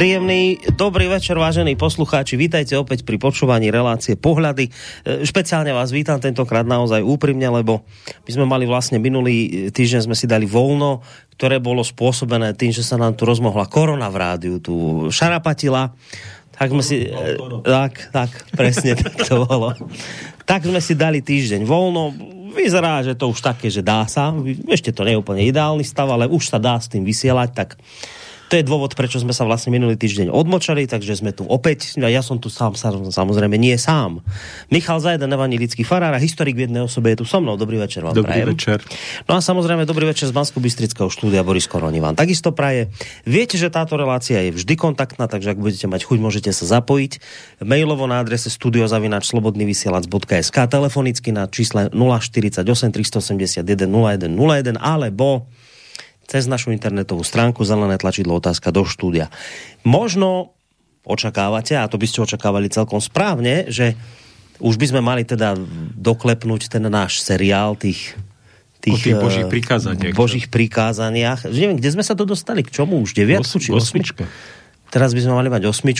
Príjemný, dobrý večer, vážení poslucháči. Vítajte opäť pri počúvaní relácie Pohľady. Špeciálne vás vítam tentokrát naozaj úprimne, lebo my sme mali vlastne minulý týždeň sme si dali voľno, ktoré bolo spôsobené tým, že sa nám tu rozmohla korona v rádiu, tu šarapatila. Tak sme si... Tak, presne tak to bolo. Tak sme si dali týždeň voľno. Vyzerá, že to už také, že dá sa. Ešte to nie je úplne ideálny stav, ale už sa dá s tým vysielať, tak... To je dôvod, prečo sme sa vlastne minulý týždeň odmočali, takže sme tu opäť. Ja som tu sám, samozrejme nie sám. Michal Zajden, evanjelický farár a historik v jednej osobe je tu so mnou. Dobrý večer vám Dobrý prajem. Večer. No a samozrejme dobrý večer z Banskobystrického štúdia Boris Koroni vám takisto praje. Viete, že táto relácia je vždy kontaktná, takže ak budete mať chuť, môžete sa zapojiť. Mailovo na adrese studio@slobodnyvysielac.sk, telefonicky na čísle 048 381 0101 alebo cez našu internetovú stránku zelené tlačidlo otázka do štúdia. Možno očakávate, a to by ste očakávali celkom správne, že už by sme mali teda doklepnúť ten náš seriál tých Božích prikázaniach. Božích prikázaniach. Neviem, kde sme sa to dostali? K čomu už? 9 či 8? Teraz by sme mali mať 8.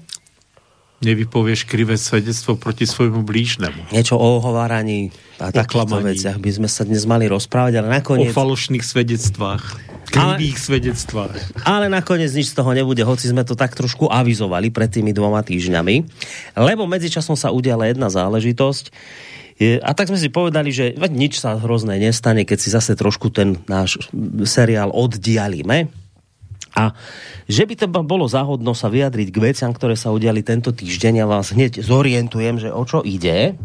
Nevypovieš krivé svedectvo proti svojmu blížnemu. Niečo o ohováraní a takýchto veciach by sme sa dnes mali rozprávať, ale nakoniec... O falošných svedectvách. Krivých svedectvách. Ale nakoniec nič z toho nebude, hoci sme to tak trošku avizovali pred tými 2 týždňami. Lebo medzičasom sa udiala jedna záležitosť. A tak sme si povedali, že nič sa hrozné nestane, keď si zase trošku ten náš seriál oddialíme. A že by to bolo záhodno sa vyjadriť k veciam, ktoré sa udiali tento týždeň, ja vás hneď zorientujem, že o čo ide.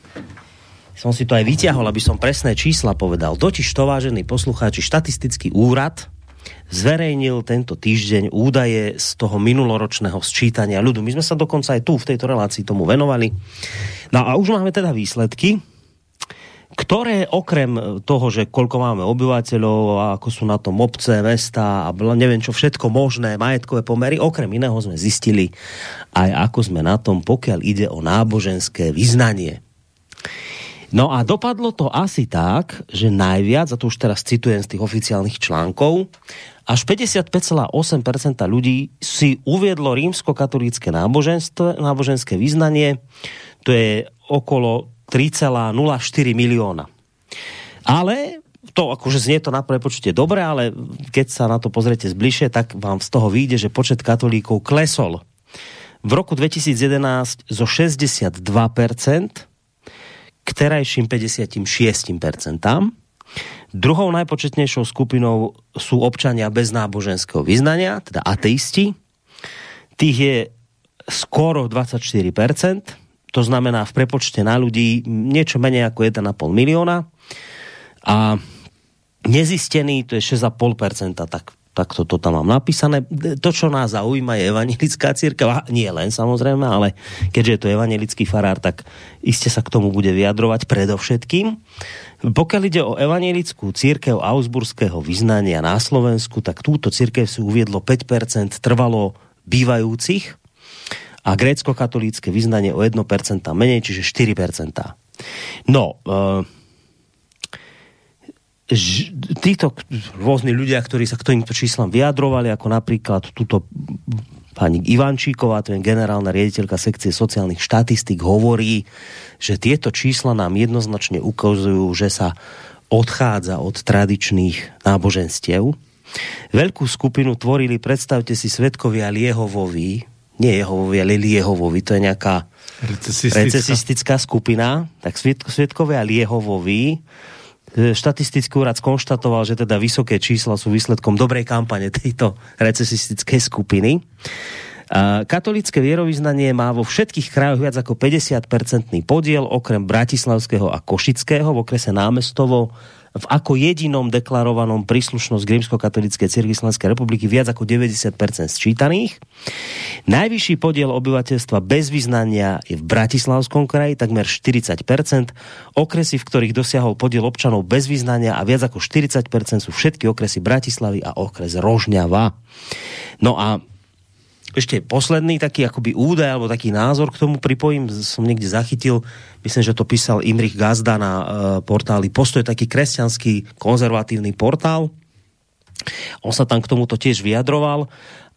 Som si to aj vyťahol, aby som presné čísla povedal. Totižto, vážení poslucháči, štatistický úrad zverejnil tento týždeň údaje z toho minuloročného sčítania ľudu. My sme sa dokonca aj tu v tejto relácii tomu venovali. No a už máme teda výsledky, ktoré okrem toho, že koľko máme obyvateľov a ako sú na tom obce, mesta a neviem čo všetko možné, majetkové pomery, okrem iného sme zistili aj ako sme na tom, pokiaľ ide o náboženské vyznanie. No a dopadlo to asi tak, že najviac, a to už teraz citujem z tých oficiálnych článkov, až 55,8% ľudí si uviedlo rímskokatolícke náboženské vyznanie, to je okolo 3,04 milióna. Ale to akože znie to na prvé počutie dobre, ale keď sa na to pozriete zbližšie, tak vám z toho vyjde, že počet katolíkov klesol v roku 2011 zo 62% k terajším 56%. Druhou najpočetnejšou skupinou sú občania bez náboženského vyznania, teda ateisti. Tých je skoro 24%. To znamená v prepočte na ľudí niečo menej ako 1,5 milióna. A nezistený to je 6,5%. Tak to tam mám napísané. To, čo nás zaujíma, je evanjelická cirkev. A nie len, samozrejme, ale keďže je to evanjelický farár, tak iste sa k tomu bude vyjadrovať predovšetkým. Pokiaľ ide o evanjelickú cirkev augsburského vyznania na Slovensku, tak túto cirkev si uviedlo 5% trvalo bývajúcich a grécko-katolícke vyznanie o 1% menej, čiže 4%. No, títo rôzni ľudia, ktorí sa k týmto číslam vyjadrovali, ako napríklad túto pani Ivančíková, to je generálna riaditeľka sekcie sociálnych štatistík, hovorí, že tieto čísla nám jednoznačne ukazujú, že sa odchádza od tradičných náboženstiev. Veľkú skupinu tvorili, predstavte si, svedkovia Liehovovi, nie Jehovovi, ale Liehovovi, to je nejaká recesistická skupina, tak svedkovia Liehovovi. Štatistický úrad skonštatoval, že teda vysoké čísla sú výsledkom dobrej kampane tejto recesistickej skupiny. Katolícke vierovyznanie má vo všetkých krajoch viac ako 50% podiel, okrem bratislavského a košického, v okrese Námestovo v ako jedinom deklarovanom príslušnosť k rímskokatolíckej cirkvi Slovenskej republiky viac ako 90% sčítaných. Najvyšší podiel obyvateľstva bez vyznania je v Bratislavskom kraji, takmer 40%. Okresy, v ktorých dosiahol podiel občanov bez vyznania a viac ako 40% sú všetky okresy Bratislavy a okres Rožňava. No a ešte posledný taký akoby údaj alebo taký názor k tomu pripojím, som niekde zachytil, myslím, že to písal Imrich Gazda na portáli Postoj, taký kresťanský konzervatívny portál. On sa tam k tomuto tiež vyjadroval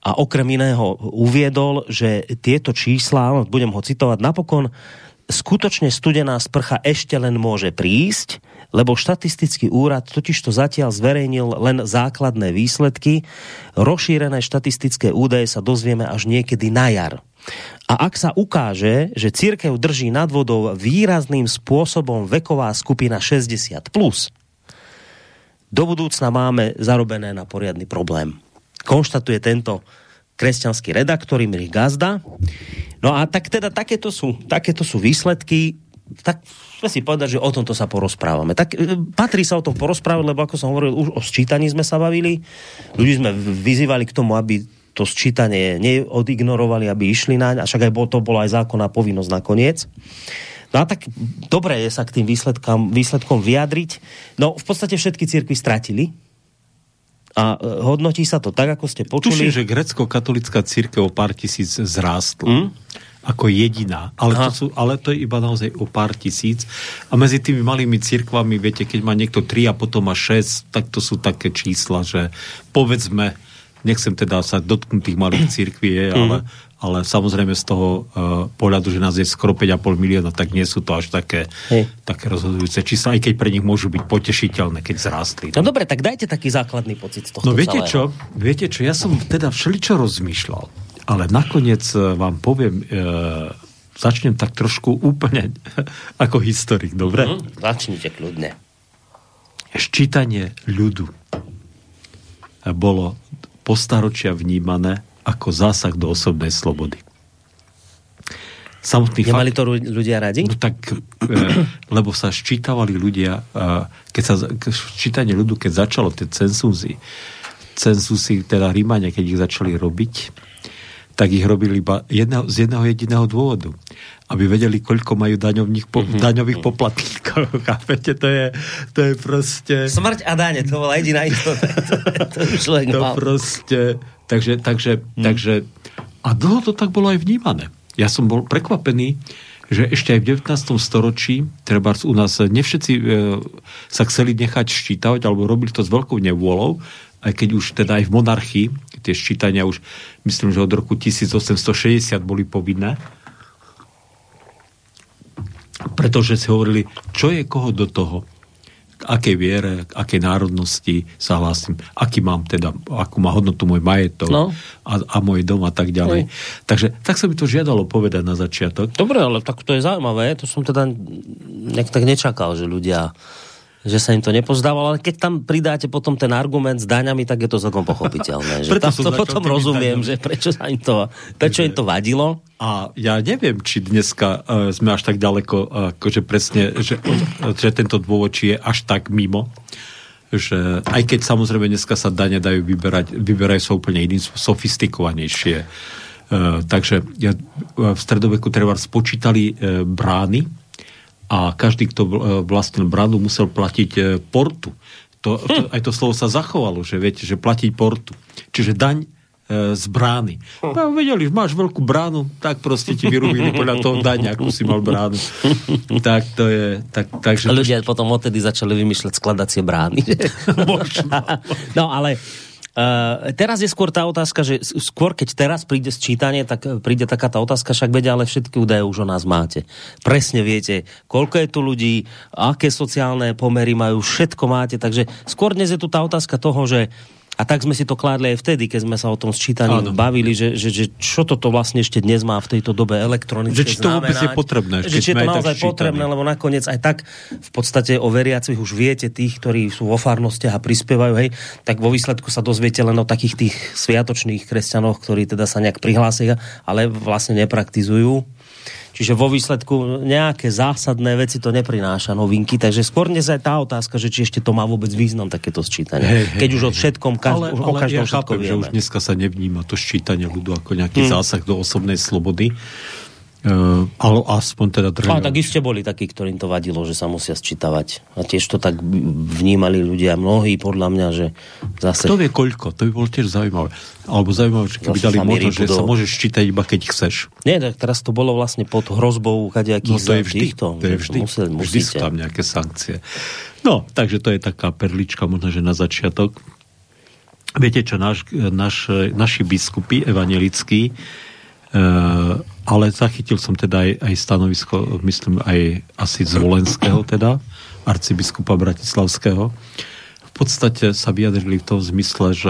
a okrem iného uviedol, že tieto čísla, budem ho citovať, napokon skutočne studená sprcha ešte len môže prísť, lebo štatistický úrad totižto zatiaľ zverejnil len základné výsledky. Rozšírené štatistické údaje sa dozvieme až niekedy na jar. A ak sa ukáže, že cirkev drží nad vodou výrazným spôsobom veková skupina 60+, do budúcna máme zarobené na poriadny problém. Konštatuje tento kresťanský redaktor Imrich Gazda. No a tak teda takéto sú výsledky. Tak sme si povedali, že o tomto sa porozprávame. Tak patrí sa o tom porozprávať, lebo ako som hovoril, už o sčítaní sme sa bavili. Ľudí sme vyzývali k tomu, aby to sčítanie neodignorovali, aby išli naň, a však aj to bola aj zákonná povinnosť nakoniec. No a tak dobre je sa k tým výsledkom vyjadriť. No v podstate všetky cirkvi stratili a hodnotí sa to tak, ako ste počuli. Tuším, že grécko-katolická cirkev o pár tisíc zrástla. Ako jediná. Ale to je iba naozaj o pár tisíc. A medzi tými malými cirkvami, viete, keď má niekto 3 a potom má 6, tak to sú také čísla, že povedzme, nechcem teda sa dotknúť tých malých cirkví, ale samozrejme z toho pohľadu, že nás je skoro 5,5 milióna, tak nie sú to až také rozhodujúce čísla, aj keď pre nich môžu byť potešiteľné, keď zrástli. No dobre, tak dajte taký základný pocit z tohto celého. Viete čo, ja som teda všeličo rozmýšľal, ale nakoniec vám poviem, začnem tak trošku úplne ako historik, dobre? Začnite kľudne. Ščítanie ľudu bolo postaročia vnímané ako zásah do osobnej slobody. Nemali to ľudia radi? No tak, lebo sa ščítavali ľudia, ščítanie ľudu, keď začalo tie cenzúzy, teda Rímania, keď ich začali robiť, tak ich robili iba z jedného jediného dôvodu. Aby vedeli, koľko majú daňových poplatníkov. Chápete? To je proste... Smrť a dáne, to bola jediná istota. To proste... Takže a dlho to tak bolo aj vnímané. Ja som bol prekvapený, že ešte aj v 19. storočí, trebárs u nás nevšetci sa chceli nechať ščítavať, alebo robili to s veľkou nevôľou, aj keď už teda aj v monarchii, tie ščítania už, myslím, že od roku 1860 boli povinné, pretože si hovorili, čo je koho do toho, akej viere, akej národnosti sa hlásim, akú má hodnotu môj majetok a môj dom a tak ďalej. Takže tak sa by to žiadalo povedať na začiatok. Dobre, ale tak to je zaujímavé. To som teda tak nečakal, že ľudia, že sa im to nepozdávalo, ale keď tam pridáte potom ten argument s daňami, tak je to celkom pochopiteľné. Že to potom rozumiem, že prečo im to vadilo. A ja neviem, či dneska sme až tak ďaleko, akože presne, že tento dôvod, či je až tak mimo, že aj keď samozrejme dneska sa dane dajú vyberajú sa úplne iným, sofistikovanejšie. Takže v stredoveku treba spočítali brány a každý, kto vlastnil bránu, musel platiť portu. Aj to slovo sa zachovalo, že viete, že platiť portu. Čiže daň z brány. No, vedeli, máš veľkú bránu, tak proste ti vyrúbili podľa toho daň, akú si mal bránu. Tak to je... Takže ľudia potom odtedy začali vymýšľať skladacie brány. Možno. No, ale teraz je skôr tá otázka, že skôr keď teraz príde sčítanie, tak príde taká tá otázka, však vedia, ale všetky údaje už o nás máte. Presne viete, koľko je tu ľudí, aké sociálne pomery majú, všetko máte, takže skôr dnes je tu tá otázka toho, že a tak sme si to kládli aj vtedy, keď sme sa o tom sčítaní bavili, že čo toto vlastne ešte dnes má v tejto dobe elektronické znamenať. Že či to vôbec je potrebné. Že či je to naozaj potrebné, lebo nakoniec aj tak v podstate o veriacich už viete, tých, ktorí sú vo farnostiach a prispievajú, hej, tak vo výsledku sa dozviete len o takých tých sviatočných kresťanoch, ktorí teda sa nejak prihlásia, ale vlastne nepraktizujú. Čiže vo výsledku nejaké zásadné veci to neprináša novinky, takže skôr dnes aj tá otázka, že či ešte to má vôbec význam takéto sčítanie. Keď už o všetkom, o každom všetko vieme. Že už dneska sa nevníma to sčítanie ľudu ako nejaký zásah do osobnej slobody. Ale aspoň teda drvia. Tak iste boli takí, ktorým to vadilo, že sa musia sčítavať. A tiež to tak vnímali ľudia mnohí, podľa mňa, že zase... Kto vie koľko? To by bolo tiež zaujímavé. Alebo zaujímavé, že keby dali možnosť, že sa môžeš čítať iba keď chceš. Nie, tak teraz to bolo vlastne pod hrozbou kadejakých to je vždy sú tam nejaké sankcie. No, takže to je taká perlička, možno, že na začiatok. viete čo, naši biskupy evanjelickí, ale zachytil som teda aj stanovisko, myslím aj asi z Volenského teda, arcibiskupa bratislavského. V podstate sa vyjadrili v tom zmysle, že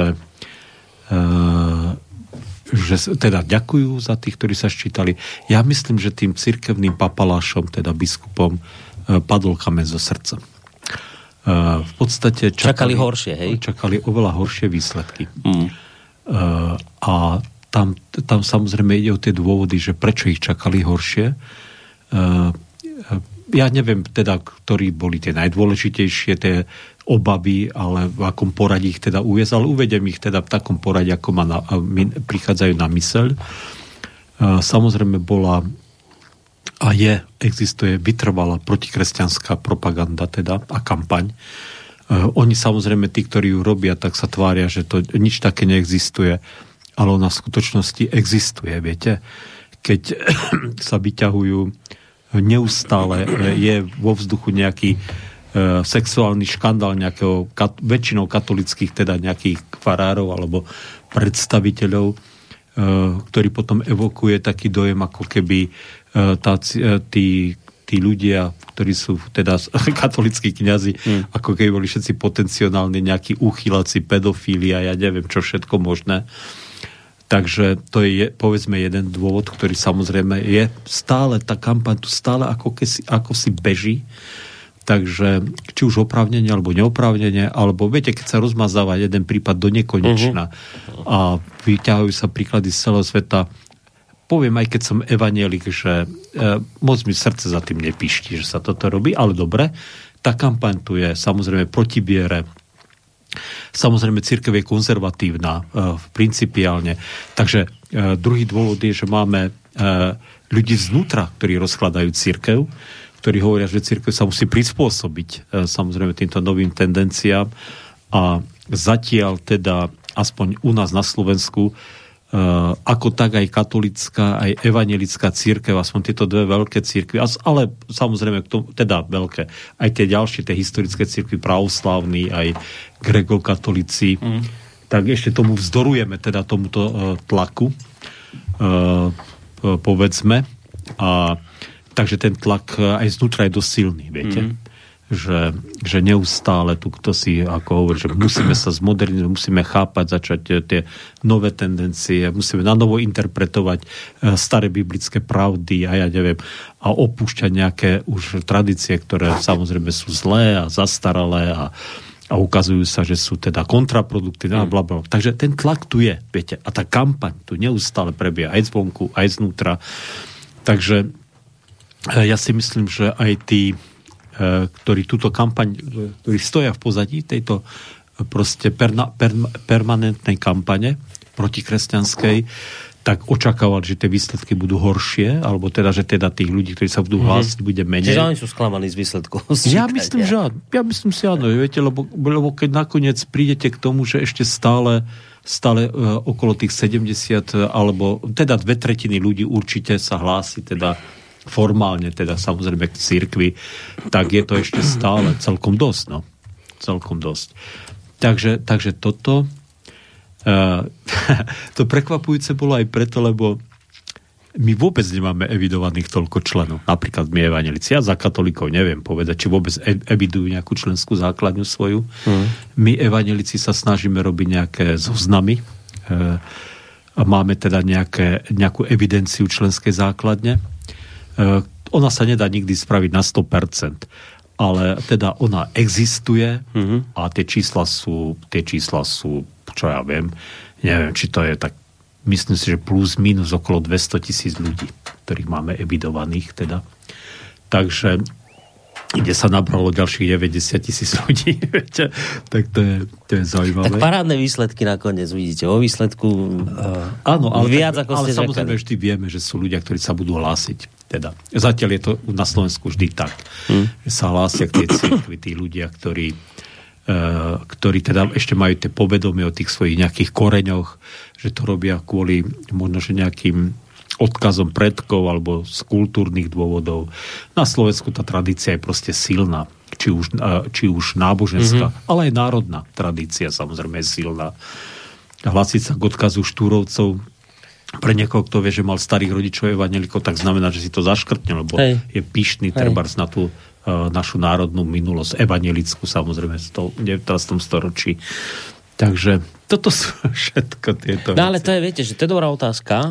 teda ďakujú za tých, ktorí sa ščítali. Ja myslím, že tým cirkevným papalášom, teda biskupom, padol kameň zo srdca. V podstate čakali horšie, hej? Čakali oveľa horšie výsledky. A tam samozrejme ide o tie dôvody, že prečo ich čakali horšie. Ja neviem teda, ktorí boli tie najdôležitejšie, tie obavy, ale v akom poradí ich teda uviesť, ale uvedem ich teda v takom poradí, ako prichádzajú na myseľ. Samozrejme bola a existuje vytrvalá protikresťanská propaganda teda a kampaň. Oni samozrejme, tí, ktorí ju robia, tak sa tvária, že to nič také neexistuje, ale ona v skutočnosti existuje, viete. Keď sa vyťahujú neustále, je vo vzduchu nejaký sexuálny škandál nejakého, väčšinou katolických, teda nejakých farárov alebo predstaviteľov, ktorý potom evokuje taký dojem, ako keby tí ľudia, ktorí sú teda katolíckí kňazi, ako keby boli všetci potenciálne nejakí úchyláci, pedofíli a ja neviem, čo všetko možné. Takže to je, povedzme, jeden dôvod, ktorý samozrejme je stále, tá kampaň tu stále ako si beží. Takže či už oprávnenie alebo neoprávnenie, alebo viete, keď sa rozmazáva jeden prípad do nekonečna a vyťahujú sa príklady z celého sveta, poviem aj keď som evanjelik, že moc mi srdce za tým nepíšti, že sa toto robí, ale dobre, tá kampaň tu je samozrejme proti viere. Samozrejme, cirkev je konzervatívna principiálne. Takže druhý dôvod je, že máme ľudí znútra, ktorí rozkladajú cirkev, ktorí hovoria, že cirkev sa musí prispôsobiť samozrejme týmto novým tendenciám a zatiaľ teda aspoň u nás na Slovensku ako tak aj katolická, aj evanjelická cirkev, aspoň tieto dve veľké cirkvy, ale samozrejme teda veľké, aj tie ďalšie, tie historické cirkvy, pravoslavní, aj grékokatolíci, tak ešte tomu vzdorujeme, teda tomuto tlaku, povedzme, a takže ten tlak aj znútra je dosť silný, viete? Že neustále tu kto si, ako hovorí, že musíme sa zmodernizovať, musíme chápať, začať tie nové tendencie, musíme na novo interpretovať staré biblické pravdy a ja neviem, a opúšťať nejaké už tradície, ktoré samozrejme sú zlé a zastaralé a ukazujú sa, že sú teda kontraproduktívne a blablabla. Takže ten tlak tu je, viete, a tá kampaň tu neustále prebieha aj zvonku, aj znútra. Takže ja si myslím, že aj tí, ktorí túto kampaň, ktorí stoja v pozadí tejto proste permanentnej kampane protikresťanskej, tak očakávali, že tie výsledky budú horšie, alebo teda, že teda tých ľudí, ktorí sa budú hlásiť, bude menej. Čiže oni sú sklamaní z výsledkov. Ja myslím si áno, viete, lebo keď nakoniec prídete k tomu, že ešte stále okolo tých 70, alebo teda 2/3 ľudí určite sa hlási teda formálne, teda samozrejme k cirkvi, tak je to ešte stále celkom dosť, no. Celkom dosť. Takže toto to prekvapujúce bolo aj preto, lebo my vôbec nemáme evidovaných toľko členov. Napríklad my evanjelici. Ja za katolíkov neviem povedať, či vôbec evidujú nejakú členskú základňu svoju. My evanjelici sa snažíme robiť nejaké zoznamy a máme teda nejakú evidenciu členskej základne. Ona sa nedá nikdy spraviť na 100%, ale teda ona existuje a tie čísla sú, čo ja viem, neviem, či to je tak, myslím si, že plus minus okolo 200,000 ľudí, ktorých máme evidovaných teda. Takže kde sa nabralo ďalších 90,000 ľudí, viete, tak to je zaujímavé. Tak parádne výsledky nakoniec vidíte. O výsledku áno, ale viac ako ste čakali. Samozrejme vždy vieme, že sú ľudia, ktorí sa budú hlásiť. Teda. Zatiaľ je to na Slovensku vždy tak, že sa hlásia k tej cirkvi tí ľudia, ktorí teda ešte majú tie povedomie o tých svojich nejakých koreňoch, že to robia kvôli možno, že nejakým odkazom predkov alebo z kultúrnych dôvodov. Na Slovensku tá tradícia je proste silná. Či už náboženská, ale aj národná tradícia samozrejme je silná. hlásiť sa k odkazu Štúrovcov. Pre niekoho, kto vie, že mal starých rodičov evanjelikov, tak znamená, že si to zaškrtne, lebo je pyšný trebárs na tú našu národnú minulosť, evanjelickú samozrejme v 19. storočí. Takže toto sú všetko tieto veci. No ale to je, viete, že to je dobrá otázka,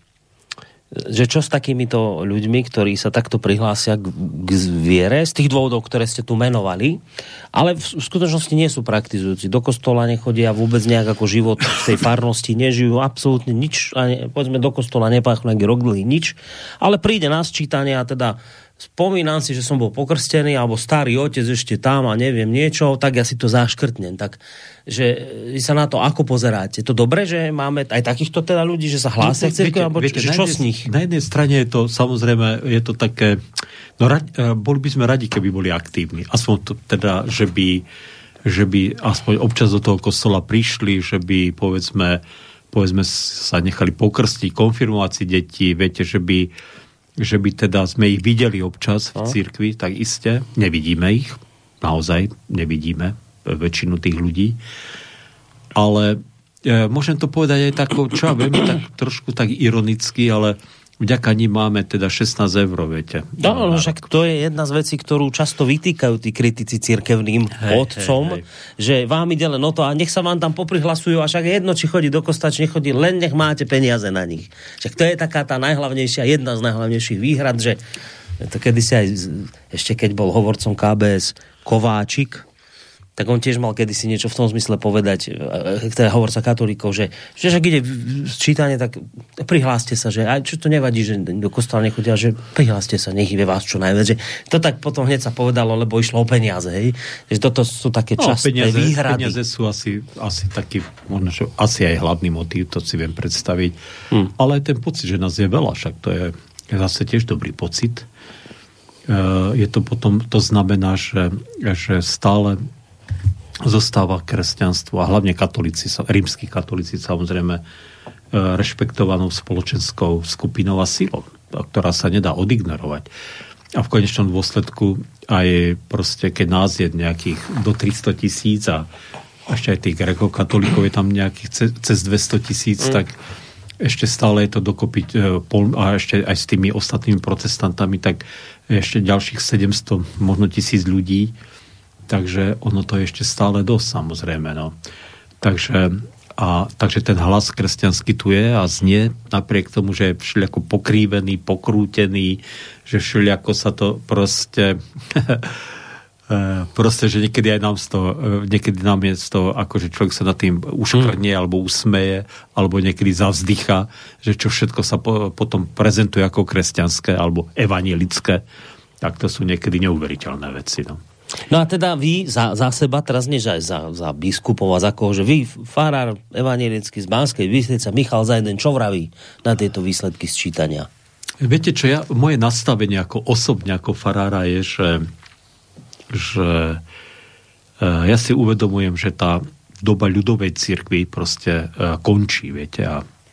že čo s takýmito ľuďmi, ktorí sa takto prihlásia k viere, z tých dôvodov, ktoré ste tu menovali, ale v skutočnosti nie sú praktizujúci. Do kostola nechodia, vôbec nejak ako život v tej farnosti nežijú, absolútne nič, povedzme do kostola nepáchnú nejaký rok dlhý nič, ale príde na sčítanie a teda spomínam si, že som bol pokrstený, alebo starý otec ešte tam a neviem niečo, tak ja si to zaškrtnem. Tak, že sa na to ako pozeráte? To dobre, že máme aj takýchto teda ľudí, že sa hlásia k cirkvi, alebo čo s nich? Na jednej strane je to, samozrejme, je to také, boli by sme radi, keby boli aktívni. Aspoň to teda, že by aspoň občas do toho kostola prišli, že by, povedzme sa nechali pokrstiť, konfirmovať si deti, viete, že by teda sme ich videli občas v cirkvi, tak iste. Nevidíme ich. Naozaj nevidíme väčšinu tých ľudí. Ale môžem to povedať aj tak, čo ja viem, tak trošku tak ironicky, ale vďaka nim máme teda 16 €, viete. No, však to je jedna z vecí, ktorú často vytýkajú tí kritici cirkevným otcom, že vám ide len o to a nech sa vám tam poprihlasujú a však jedno, či chodí do kostola, či nechodí, len nech máte peniaze na nich. Však to je taká tá najhlavnejšia, jedna z najhlavnejších výhrad, že to kedysi aj, ešte keď bol hovorcom KBS Kováčik, tak on tiež mal kedysi niečo v tom zmysle povedať, teda hovorca katolíkov, že ak ide sčítanie, tak prihláste sa, že aj čo to nevadí, že do kostola nechodia, že prihláste sa, nech je vás čo najviac. Že to tak potom hneď sa povedalo, lebo išlo o peniaze, hej? Že toto sú také časté výhrady. Peniaze sú asi taký, možno, že asi aj hlavný motív, to si viem predstaviť. Ale aj ten pocit, že nás je veľa, však to je zase tiež dobrý pocit. Je to potom, to znamená, že stále zostáva kresťanstvo a hlavne rímski katolíci samozrejme rešpektovanou spoločenskou skupinou a silou, ktorá sa nedá odignorovať. A v konečnom dôsledku aj proste, keď nás je nejakých do 300 000 a ešte aj tých grekokatolíkov je tam nejakých cez 200 000, tak ešte stále je to dokopy a ešte aj s tými ostatnými protestantami, tak ešte ďalších 700, možno 1000 ľudí. Takže ono to je ešte stále dosť, samozrejme. No. Takže ten hlas kresťanský tu je a znie napriek tomu, že je všelijako pokrívený, pokrútený, že všelijako sa to proste že niekedy aj nám je z toho, akože človek sa nad tým uškrnie alebo usmeje, alebo niekedy zavzdycha, že čo všetko sa potom prezentuje ako kresťanské alebo evanjelické, tak to sú niekedy neuveriteľné veci. No a teda vy za seba, teraz nie aj za biskupov a za koho, že vy, farár evanjelický z Banskej Bystrice, Michal Zajden, čo vraví na tieto výsledky sčítania? Viete čo, moje nastavenie ako osobne, ako farára je, že ja si uvedomujem, že tá doba ľudovej cirkvi proste končí, viete.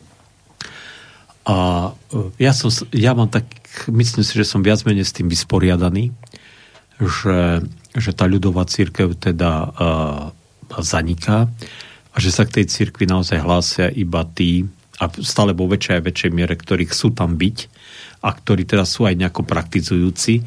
A ja mám tak, myslím si, že som viac menej s tým vysporiadaný, že tá ľudová cirkev teda zaniká a že sa k tej cirkvi naozaj hlásia iba tí, a stále vo väčšej a väčšej miere, ktorí chcú tam byť a ktorí teda sú aj nejako praktizujúci.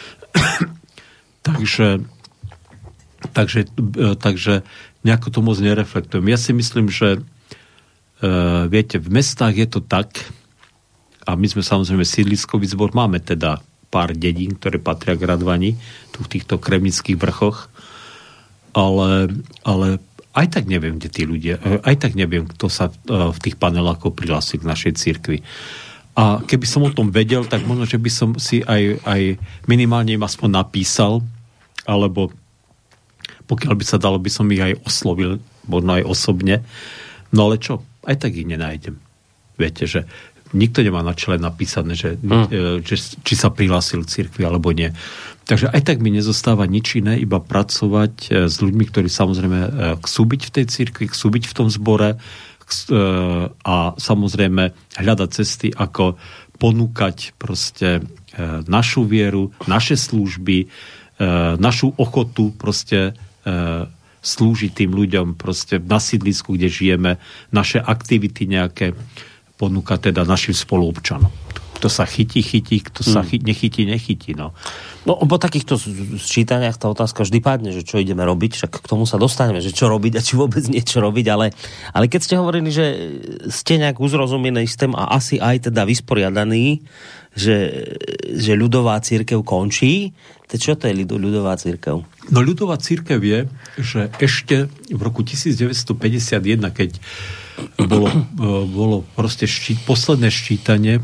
takže nejako to moc nereflektujem. Ja si myslím, že viete, v mestách je to tak, a my sme samozrejme sídliskový zbor, máme teda pár dedín, ktoré patria k Radvani, tu v týchto kremnických vrchoch, ale aj tak neviem, kde tí ľudia, aj tak neviem, kto sa v tých panelákoch prihlási k našej cirkvi. A keby som o tom vedel, tak možno, že by som si aj minimálne im aspoň napísal, alebo pokiaľ by sa dalo, by som ich aj oslovil, možno aj osobne. No ale čo? Aj tak ich nenájdem. Viete, že nikto nemá na čele napísané, že či sa prihlásil k cirkvi alebo nie. Takže aj tak mi nezostáva nič iné, iba pracovať s ľuďmi, ktorí samozrejme chcú byť v tej cirkvi, chcú byť v tom zbore a samozrejme hľadať cesty, ako ponúkať proste našu vieru, naše služby, našu ochotu proste slúžiť tým ľuďom proste na sídlisku, kde žijeme, naše aktivity nejaké ponúka teda našim spoluobčanom. Kto sa chytí, kto sa nechytí, no. No, po takýchto sčítaniach tá otázka vždy padne, že čo ideme robiť, však k tomu sa dostaneme, že čo robiť a či vôbec niečo robiť, ale keď ste hovorili, že ste nejak uzrozumení s tým a asi aj teda vysporiadaní, že ľudová cirkev končí, to čo to je ľudová cirkev? No ľudová cirkev je, že ešte v roku 1951, keď bolo proste posledné ščítanie,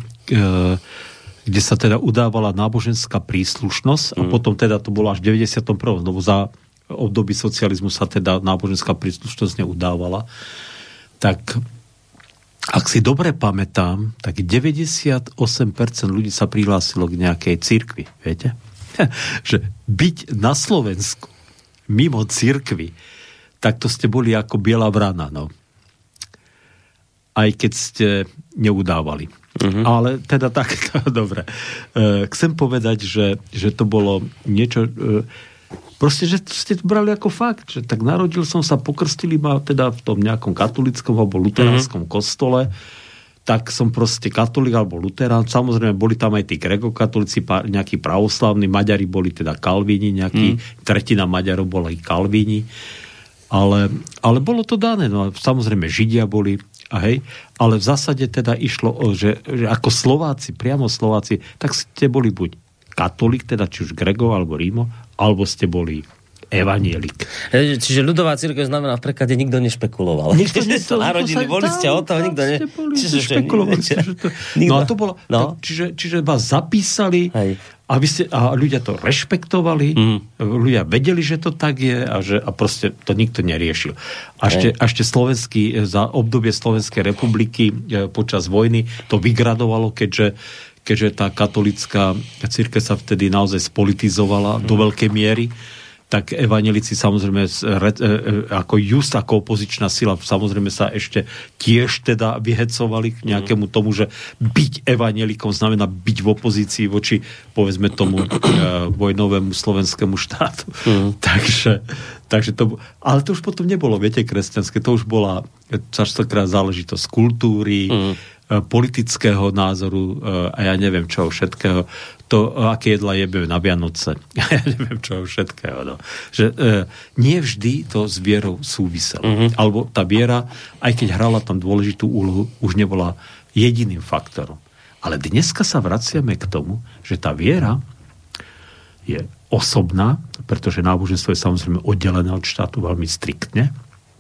kde sa teda udávala náboženská príslušnosť a potom teda to bolo až v 91. lebo za období socializmu sa teda náboženská príslušnosť neudávala. Tak ak si dobre pamätám, tak 98% ľudí sa prihlásilo k nejakej cirkvi, viete? Že byť na Slovensku mimo cirkvi, tak to ste boli ako biela vrana, no. Aj keď ste neudávali. Ale teda tak, dobre. Chcem povedať, že to bolo niečo, proste, že ste to brali ako fakt, že tak narodil som sa, pokrstili ma teda v tom nejakom katolickom alebo luteránskom kostole, tak som proste katolík alebo luterán. Samozrejme, boli tam aj tí grekokatolíci, nejakí pravoslavní, Maďari boli teda kalvíni, tretina Maďarov bola i kalvíni. Ale bolo to dané, no samozrejme Židia boli, ale v zásade teda išlo, že ako Slováci, priamo Slováci, tak ste boli buď katolík, teda či už Grego alebo Rímo, alebo ste boli evanielik. Čiže ľudová cirkev znamená v preklade nikto nešpekuloval. Nikto narodili, boli ste o toho, nikto nešpekulovali. No a to bolo, čiže vás zapísali a ľudia to rešpektovali, ľudia vedeli, že to tak je a proste to nikto neriešil. A ešte za obdobie Slovenskej republiky počas vojny to vygradovalo, keďže tá katolická cirkev sa vtedy naozaj spolitizovala do veľkej miery, tak evanjelici samozrejme ako opozičná sila samozrejme sa ešte tiež teda vyhecovali k nejakému tomu, že byť evanjelikom znamená byť v opozícii voči povedzme tomu vojnovému slovenskému štátu. Takže to, ale to už potom nebolo, viete, kresťanské, to už bola častokrát záležitosť kultúry, politického názoru a ja neviem čo všetkého. To, aké jedla jebe na Vianoce. Ja neviem čo všetkého. No. Že nie vždy to s vierou súviselo. Alebo tá viera, aj keď hrala tam dôležitú úlohu, už nebola jediným faktorom. Ale dneska sa vraciame k tomu, že tá viera je osobná, pretože náboženstvo je samozrejme oddelené od štátu veľmi striktne.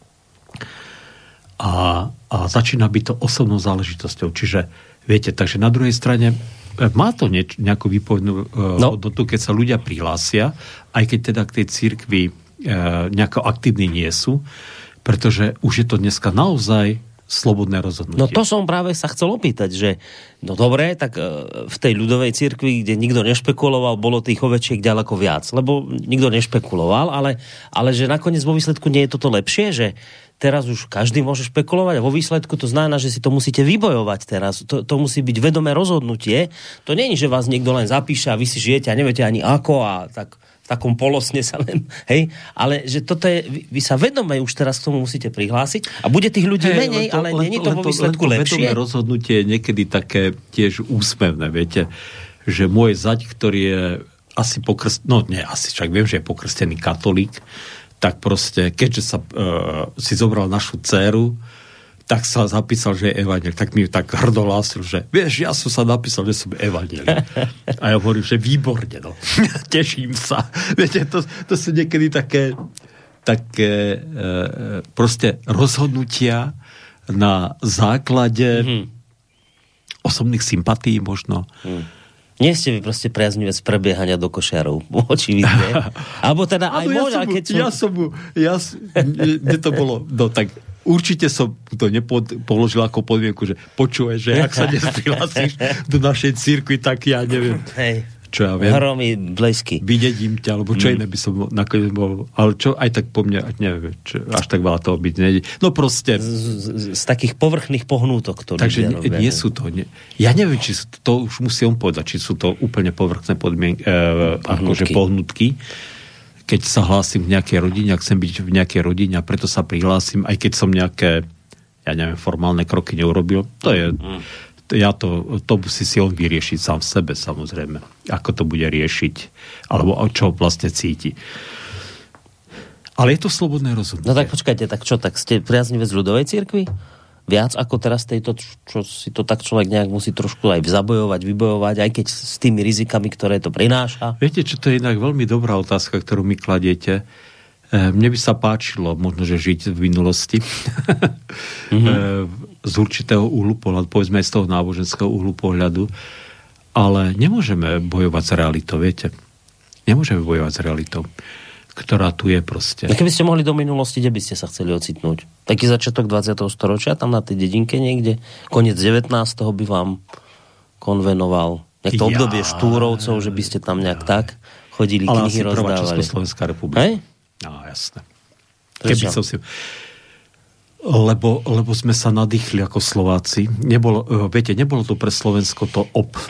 A začína byť to osobnou záležitosťou. Čiže, viete, takže na druhej strane má to nejakú výpovednú hodnotu, keď sa ľudia prihlásia, aj keď teda k tej cirkvi nejako aktívni nie sú, pretože už je to dneska naozaj slobodné rozhodnutie. No to som práve sa chcel opýtať, že no dobre, tak v tej ľudovej cirkvi, kde nikto nešpekuloval, bolo tých ovečiek ďaleko viac, lebo nikto nešpekuloval, ale že nakoniec vo výsledku nie je toto lepšie, že teraz už každý môže špekulovať a vo výsledku to znamená, že si to musíte vybojovať teraz. To musí byť vedomé rozhodnutie. To nie je, že vás niekto len zapíše a vy si žijete a neviete ani ako a tak v takom polosne sa len, ale že toto je, vy sa vedome už teraz k tomu musíte prihlásiť a bude tých ľudí menej, ale nie je to vo výsledku lepšie. Vedomé rozhodnutie je niekedy také tiež úsmevné, viete, že môj zať, ktorý je asi však viem, že je pokrstený katolík, tak proste, keďže si zobral našu dcéru, tak sa zapísal, že je evanjelik. Tak mi tak hrdo hlásil, že vieš, ja som sa napísal, že som evanjelik. A ja hovorím, že výborne, no. Teším sa. Viete, to sú niekedy také proste rozhodnutia na základe osobných sympatí možno. Nie ste vy proste priaznivec prebiehania do košiarov. Očividne. Alebo teda aj môža, keď mne to bolo, no tak určite som to nepoložil ako podmienku, že počúvaj, že ak sa neprihlásiš do našej cirkvi, tak ja neviem. Čo ja viem. Hromy blesky. Vydedím ťa, alebo čo iné by som nakoniec bol. Ale čo, aj tak po mne, neviem, až tak veľa toho byť nejde. No proste. Z takých povrchných pohnútok. Takže nie sú to. Ja neviem, či sú to už musí on povedať, či sú to úplne povrchné podmienky, akože pohnutky. keď sa hlásim k nejakej rodine, ak chcem byť v nejakej rodine a preto sa prihlásim, aj keď som nejaké, ja neviem, formálne kroky neurobil, to je... To musí si on vyriešiť sám v sebe, samozrejme. Ako to bude riešiť, alebo čo vlastne cíti. Ale je to slobodné rozhodnutie. No tak počkajte, tak čo, tak ste priaznivec ľudovej cirkvi? Viac ako teraz tejto, čo si to tak človek nejak musí trošku aj zabojovať, vybojovať, aj keď s tými rizikami, ktoré to prináša? Viete, čo to je inak veľmi dobrá otázka, ktorú mi kladiete. Mne by sa páčilo možno, že žiť v minulosti z určitého uhlu pohľadu, povedzme aj z toho náboženského uhlu pohľadu, ale nemôžeme bojovať s realitou, viete? Nemôžeme bojovať s realitou, ktorá tu je proste. A keby ste mohli do minulosti, kde by ste sa chceli ocitnúť? Taký začiatok 20. storočia, tam na tej dedinke niekde, koniec 19. by vám konvenoval. Jak to obdobie Štúrovcov, že by ste tam nejak tak chodili, knihy rozdávali. Ale asi prvá Československá republika. Hej? No, jasné. Keby som si... Lebo sme sa nadýchli ako Slováci. Nebolo to pre Slovensko to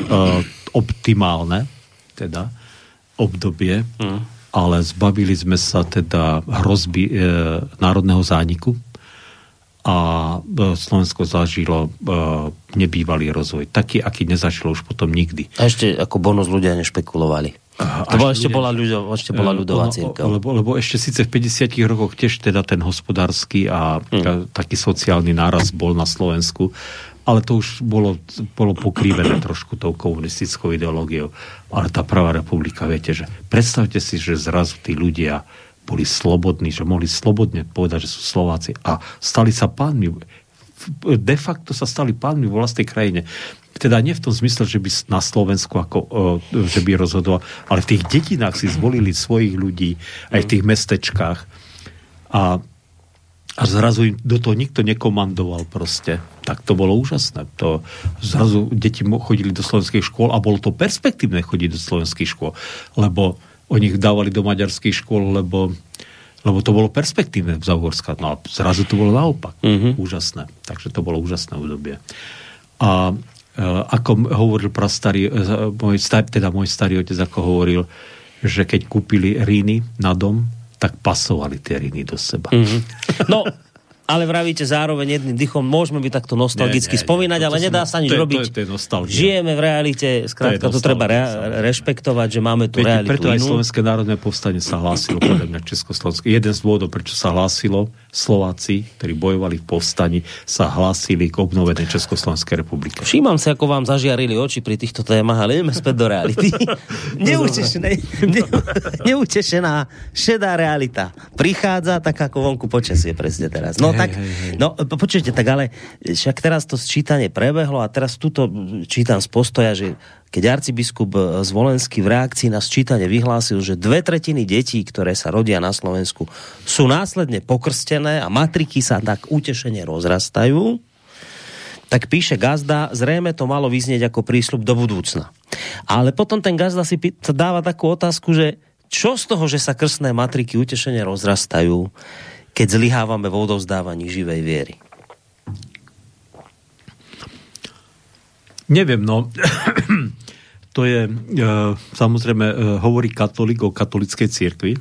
optimálne, teda obdobie, ale zbavili sme sa teda hrozby národného zániku a Slovensko zažilo nebývalý rozvoj. Taký, aký nezažilo už potom nikdy. A ešte ako bonus ľudia nešpekulovali. Ešte bola ľudová cirkev. Lebo ešte síce v 50 rokoch tiež teda ten hospodársky a taký sociálny náraz bol na Slovensku, ale to už bolo pokrivené trošku tou komunistickou ideológiou. Ale tá prvá republika, viete, že predstavte si, že zrazu tí ľudia boli slobodní, že mohli slobodne povedať, že sú Slováci a stali sa pánmi. De facto sa stali pánmi vo vlastnej krajine. Teda nie v tom zmysle, že by na Slovensku že by rozhodoval, ale v tých dedinách si zvolili svojich ľudí, aj v tých mestečkách. A zrazu im do toho nikto nekomandoval proste. Tak to bolo úžasné. Zrazu deti chodili do slovenských škôl a bolo to perspektívne chodiť do slovenských škôl, lebo oni ich dávali do maďarských škôl, lebo to bolo perspektívne v Záhorsku. No a zrazu to bolo naopak. Úžasné. Takže to bolo úžasné obdobie. A ako hovoril môj starý otec, ako hovoril, že keď kúpili ríny na dom, tak pasovali tie ríny do seba. No, ale vravíte zároveň jedným dychom, môžeme byť takto nostalgicky spomínať, ale nedá sa nič robiť. Žijeme v realite, skrátka to treba rešpektovať, že máme tu realitu inú. Preto aj Slovenské národné povstanie sa hlásilo, podľa mňa Československé. Jeden z dôvodov, prečo sa hlásilo, Slováci, ktorí bojovali v povstaní, sa hlásili k obnovenej Československej republike. Všímam sa, ako vám zažiarili oči pri týchto témach, ale ideme späť do reality. Neutešená šedá realita prichádza tak, ako vonku počasie presne teraz. No tak, no počujete, tak ale však teraz to sčítanie prebehlo a teraz tuto čítam z Postoja, že keď arcibiskup Zvolenský v reakcii na sčítanie vyhlásil, že 2/3 detí, ktoré sa rodia na Slovensku, sú následne pokrstené a matriky sa tak utešene rozrastajú, tak píše gazda, zrejme to malo vyznieť ako prísľub do budúcna. Ale potom ten gazda si dáva takú otázku, že čo z toho, že sa krstné matriky utešene rozrastajú, keď zlyhávame v odovzdávaní živej viery? Neviem, no... To je, samozrejme, hovorí katolík o katolíckej cirkvi.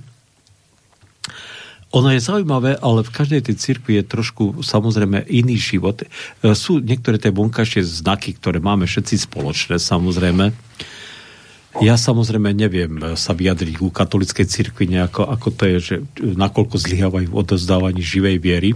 Ono je zaujímavé, ale v každej tej cirkvi je trošku, samozrejme, iný život. Sú niektoré tie vonkajšie znaky, ktoré máme všetci spoločné, samozrejme. Ja samozrejme neviem sa vyjadriť ku katolíckej cirkvi nejako, ako to je, že nakoľko zlyhávajú v odovzdávaní živej viery.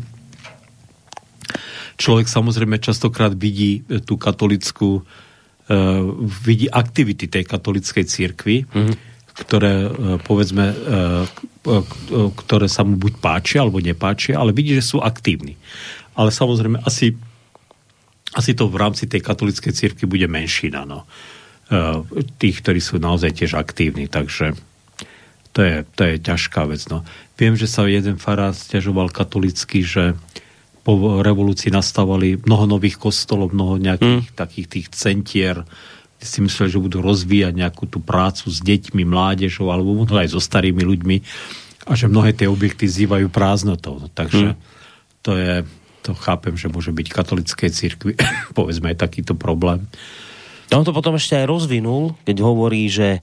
Človek samozrejme častokrát vidí tú katolícku vidí aktivity tej katolíckej cirkvi, ktoré, povedzme, ktoré sa mu buď páčia, alebo nepáčia, ale vidí, že sú aktívni. Ale samozrejme, asi to v rámci tej katolíckej cirkvi bude menšina, no. Tých, ktorí sú naozaj tiež aktívni, takže to je ťažká vec, no. Viem, že sa jeden farár sťažoval katolícky, že po revolúcii nastavali mnoho nových kostolov, mnoho nejakých takých tých centier, kde si mysleli, že budú rozvíjať nejakú tú prácu s deťmi, mládežou, alebo možno aj so starými ľuďmi a že mnohé tie objekty zývajú prázdnotou. No, takže to chápem, že môže byť v katolíckej cirkvi povedzme aj takýto problém. On to potom ešte aj rozvinul, keď hovorí, že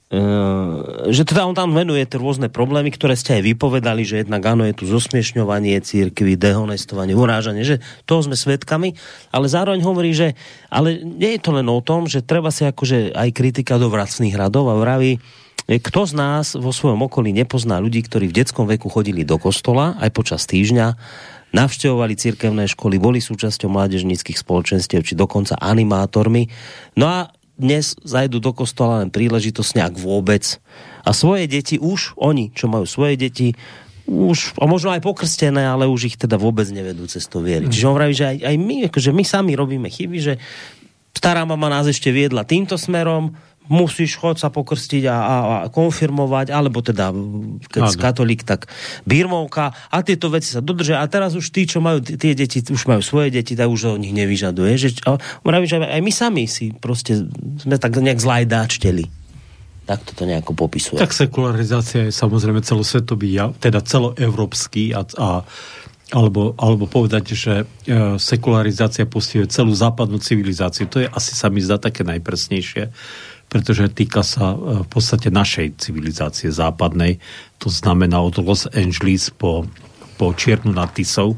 že teda on tam venuje tie rôzne problémy, ktoré ste aj vypovedali, že jednak áno, je tu zosmiešňovanie cirkvi, dehonestovanie, urážanie, že toho sme svedkami, ale zároveň hovorí, že ale nie je to len o tom, že treba si akože aj kritika do vracných radov a vraví, kto z nás vo svojom okolí nepozná ľudí, ktorí v detskom veku chodili do kostola aj počas týždňa, navštevovali cirkevné školy, boli súčasťou mládežníckych spoločenstiev, či dokonca animátormi. No a dnes zajdu do kostola len príležitosne, ak vôbec. A svoje deti už, oni, čo majú svoje deti, už, a možno aj pokrstené, ale už ich teda vôbec nevedú cez to viery. Čiže on vraví, že aj my, akože my sami robíme chyby, že stará mama nás ešte viedla týmto smerom, musíš chod sa pokrstiť a konfirmovať, alebo teda, keď si katolík, tak birmovka a tieto veci sa dodržia. A teraz už tí, čo majú tie deti, už majú svoje deti, tak už od nich nevyžaduje. Vraví, že aj my sami si proste sme tak nejak zlajdáčteli. Tak toto nejako popisuje. Tak sekularizácia je samozrejme celosvetový jav, teda celoevropský alebo povedať, že sekularizácia postihuje celú západnú civilizáciu. To je asi sa mi zdá také najpresnejšie, pretože týka sa v podstate našej civilizácie západnej. To znamená od Los Angeles po Čiernu nad Tisou.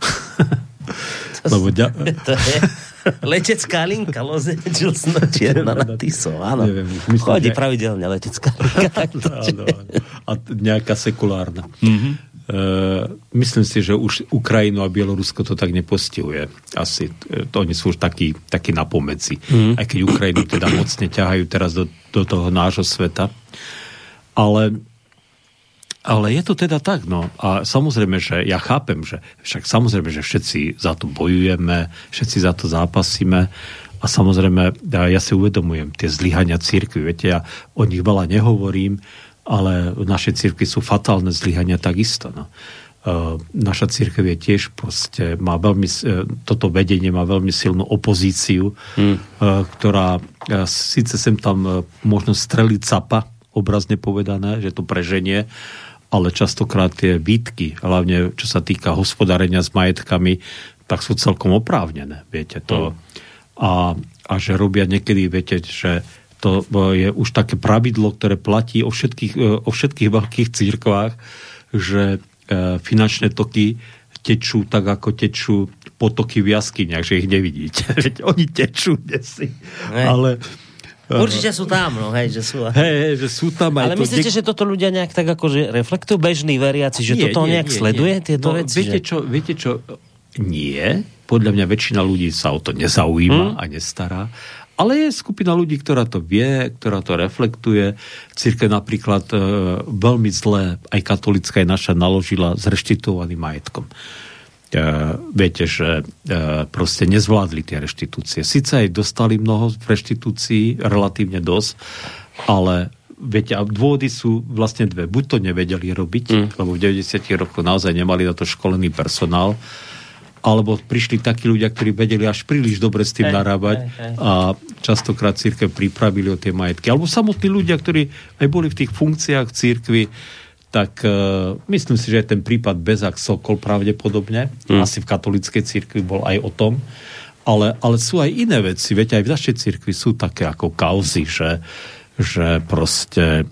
To je letecká linka Los Angeles na Čierna nad Tisou. Áno. Chodí pravidelne letecká linka. Áno. A nejaká sekulárna. Myslím si, že už Ukrajinu a Bielorusko to tak nepostihuje. Asi to oni sú už takí napomedzi. Aj keď Ukrajinu teda mocne ťahajú teraz do toho nášho sveta. Ale je to teda tak, no. A samozrejme, že ja chápem, že však samozrejme, že všetci za to bojujeme, všetci za to zápasíme a samozrejme, ja si uvedomujem tie zlyhania cirkvi. Viete, ja o nich veľa nehovorím, ale v našej cirkvi sú fatálne zlyhania takisto. No. Naša cirkev je tiež proste, toto vedenie má veľmi silnú opozíciu, ktorá síce sem tam možno strelí capa, obrazne povedané, že to preženie, ale častokrát tie výtky, hlavne čo sa týka hospodárenia s majetkami, tak sú celkom oprávnené, viete, to. A že robia niekedy, viete, že to je už také pravidlo, ktoré platí o všetkých veľkých cirkvách, že finančné toky tečú tak, ako tečú potoky v jaskyniach, že ich nevidíte. Oni tečú desi. Ale určite sú tam, no, hej, že sú. Hej, že sú tam aj. Ale myslíte, že toto ľudia nejak tak akože reflektujú, bežní veriaci, že toto nejak sleduje tieto veci? Viete čo? Nie. Podľa mňa väčšina ľudí sa o to nezaujíma a nestará. Ale je skupina ľudí, ktorá to vie, ktorá to reflektuje. Cirkev napríklad veľmi zle, aj katolícka, aj naša, naložila s reštituovaným majetkom. Viete, že proste nezvládli tie reštitúcie. Sice aj dostali mnoho v reštitúcii, relatívne dosť, ale viete, a dôvody sú vlastne dve. Buď to nevedeli robiť, lebo v 90 rokoch naozaj nemali na to školený personál, alebo prišli takí ľudia, ktorí vedeli až príliš dobre s tým narábať a častokrát cirkev pripravili o tie majetky. Alebo samotní ľudia, ktorí aj boli v tých funkciách v cirkvi, tak myslím si, že je ten prípad Bezák Sokol pravdepodobne. Asi v katolíckej cirkvi bol aj o tom. Ale sú aj iné veci. Viete, aj v našej cirkvi sú také ako kauzy, že proste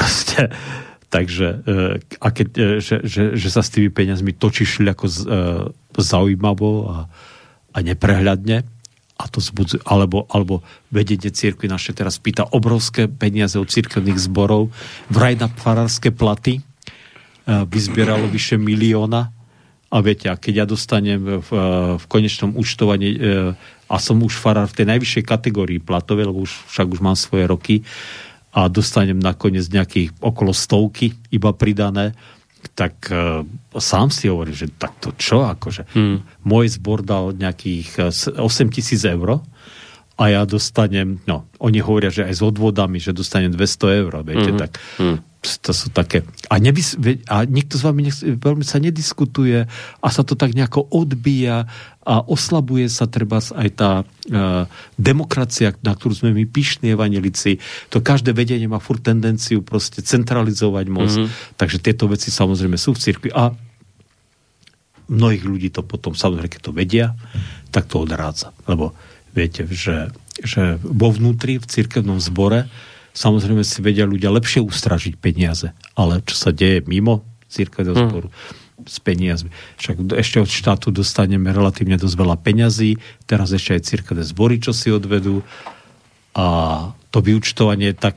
takže a keď, že sa s tými peniazmi točíš ako zaujímavo a neprehľadne a to zbudzuje, alebo vedenie cirkvi naše teraz pýta obrovské peniaze od cirkevných zborov vraj na farárske platy vyzbieralo vyše 1 000 000 a viete, a keď ja dostanem v konečnom účtovaní a som už farár v tej najvyššej kategórii platovej, lebo však už mám svoje roky a dostanem nakoniec nejakých okolo 100 iba pridané, tak sám si hovorím, že takto čo? Akože môj zbor dal nejakých 8 000 eur a ja dostanem, no, oni hovoria, že aj s odvodami, že dostanem 200 eur, viete, tak to sú také. A nikto s vami veľmi sa nediskutuje a sa to tak nejako odbíja a oslabuje sa treba aj tá demokracia, na ktorú sme my pyšní evanjelici. To každé vedenie má furt tendenciu proste centralizovať moc. Takže tieto veci samozrejme sú v cirkvi a mnohých ľudí to potom, samozrejme, keď to vedia, tak to odrádza. Lebo viete, že vo vnútri, v cirkevnom zbore samozrejme si vedia ľudia lepšie ustražiť peniaze. Ale čo sa deje mimo cirkevného zboru s peniazmi. Však ešte od štátu dostaneme relatívne dosť veľa peňazí, teraz ešte aj cirkevné zbory, čo si odvedú, a to vyúčtovanie je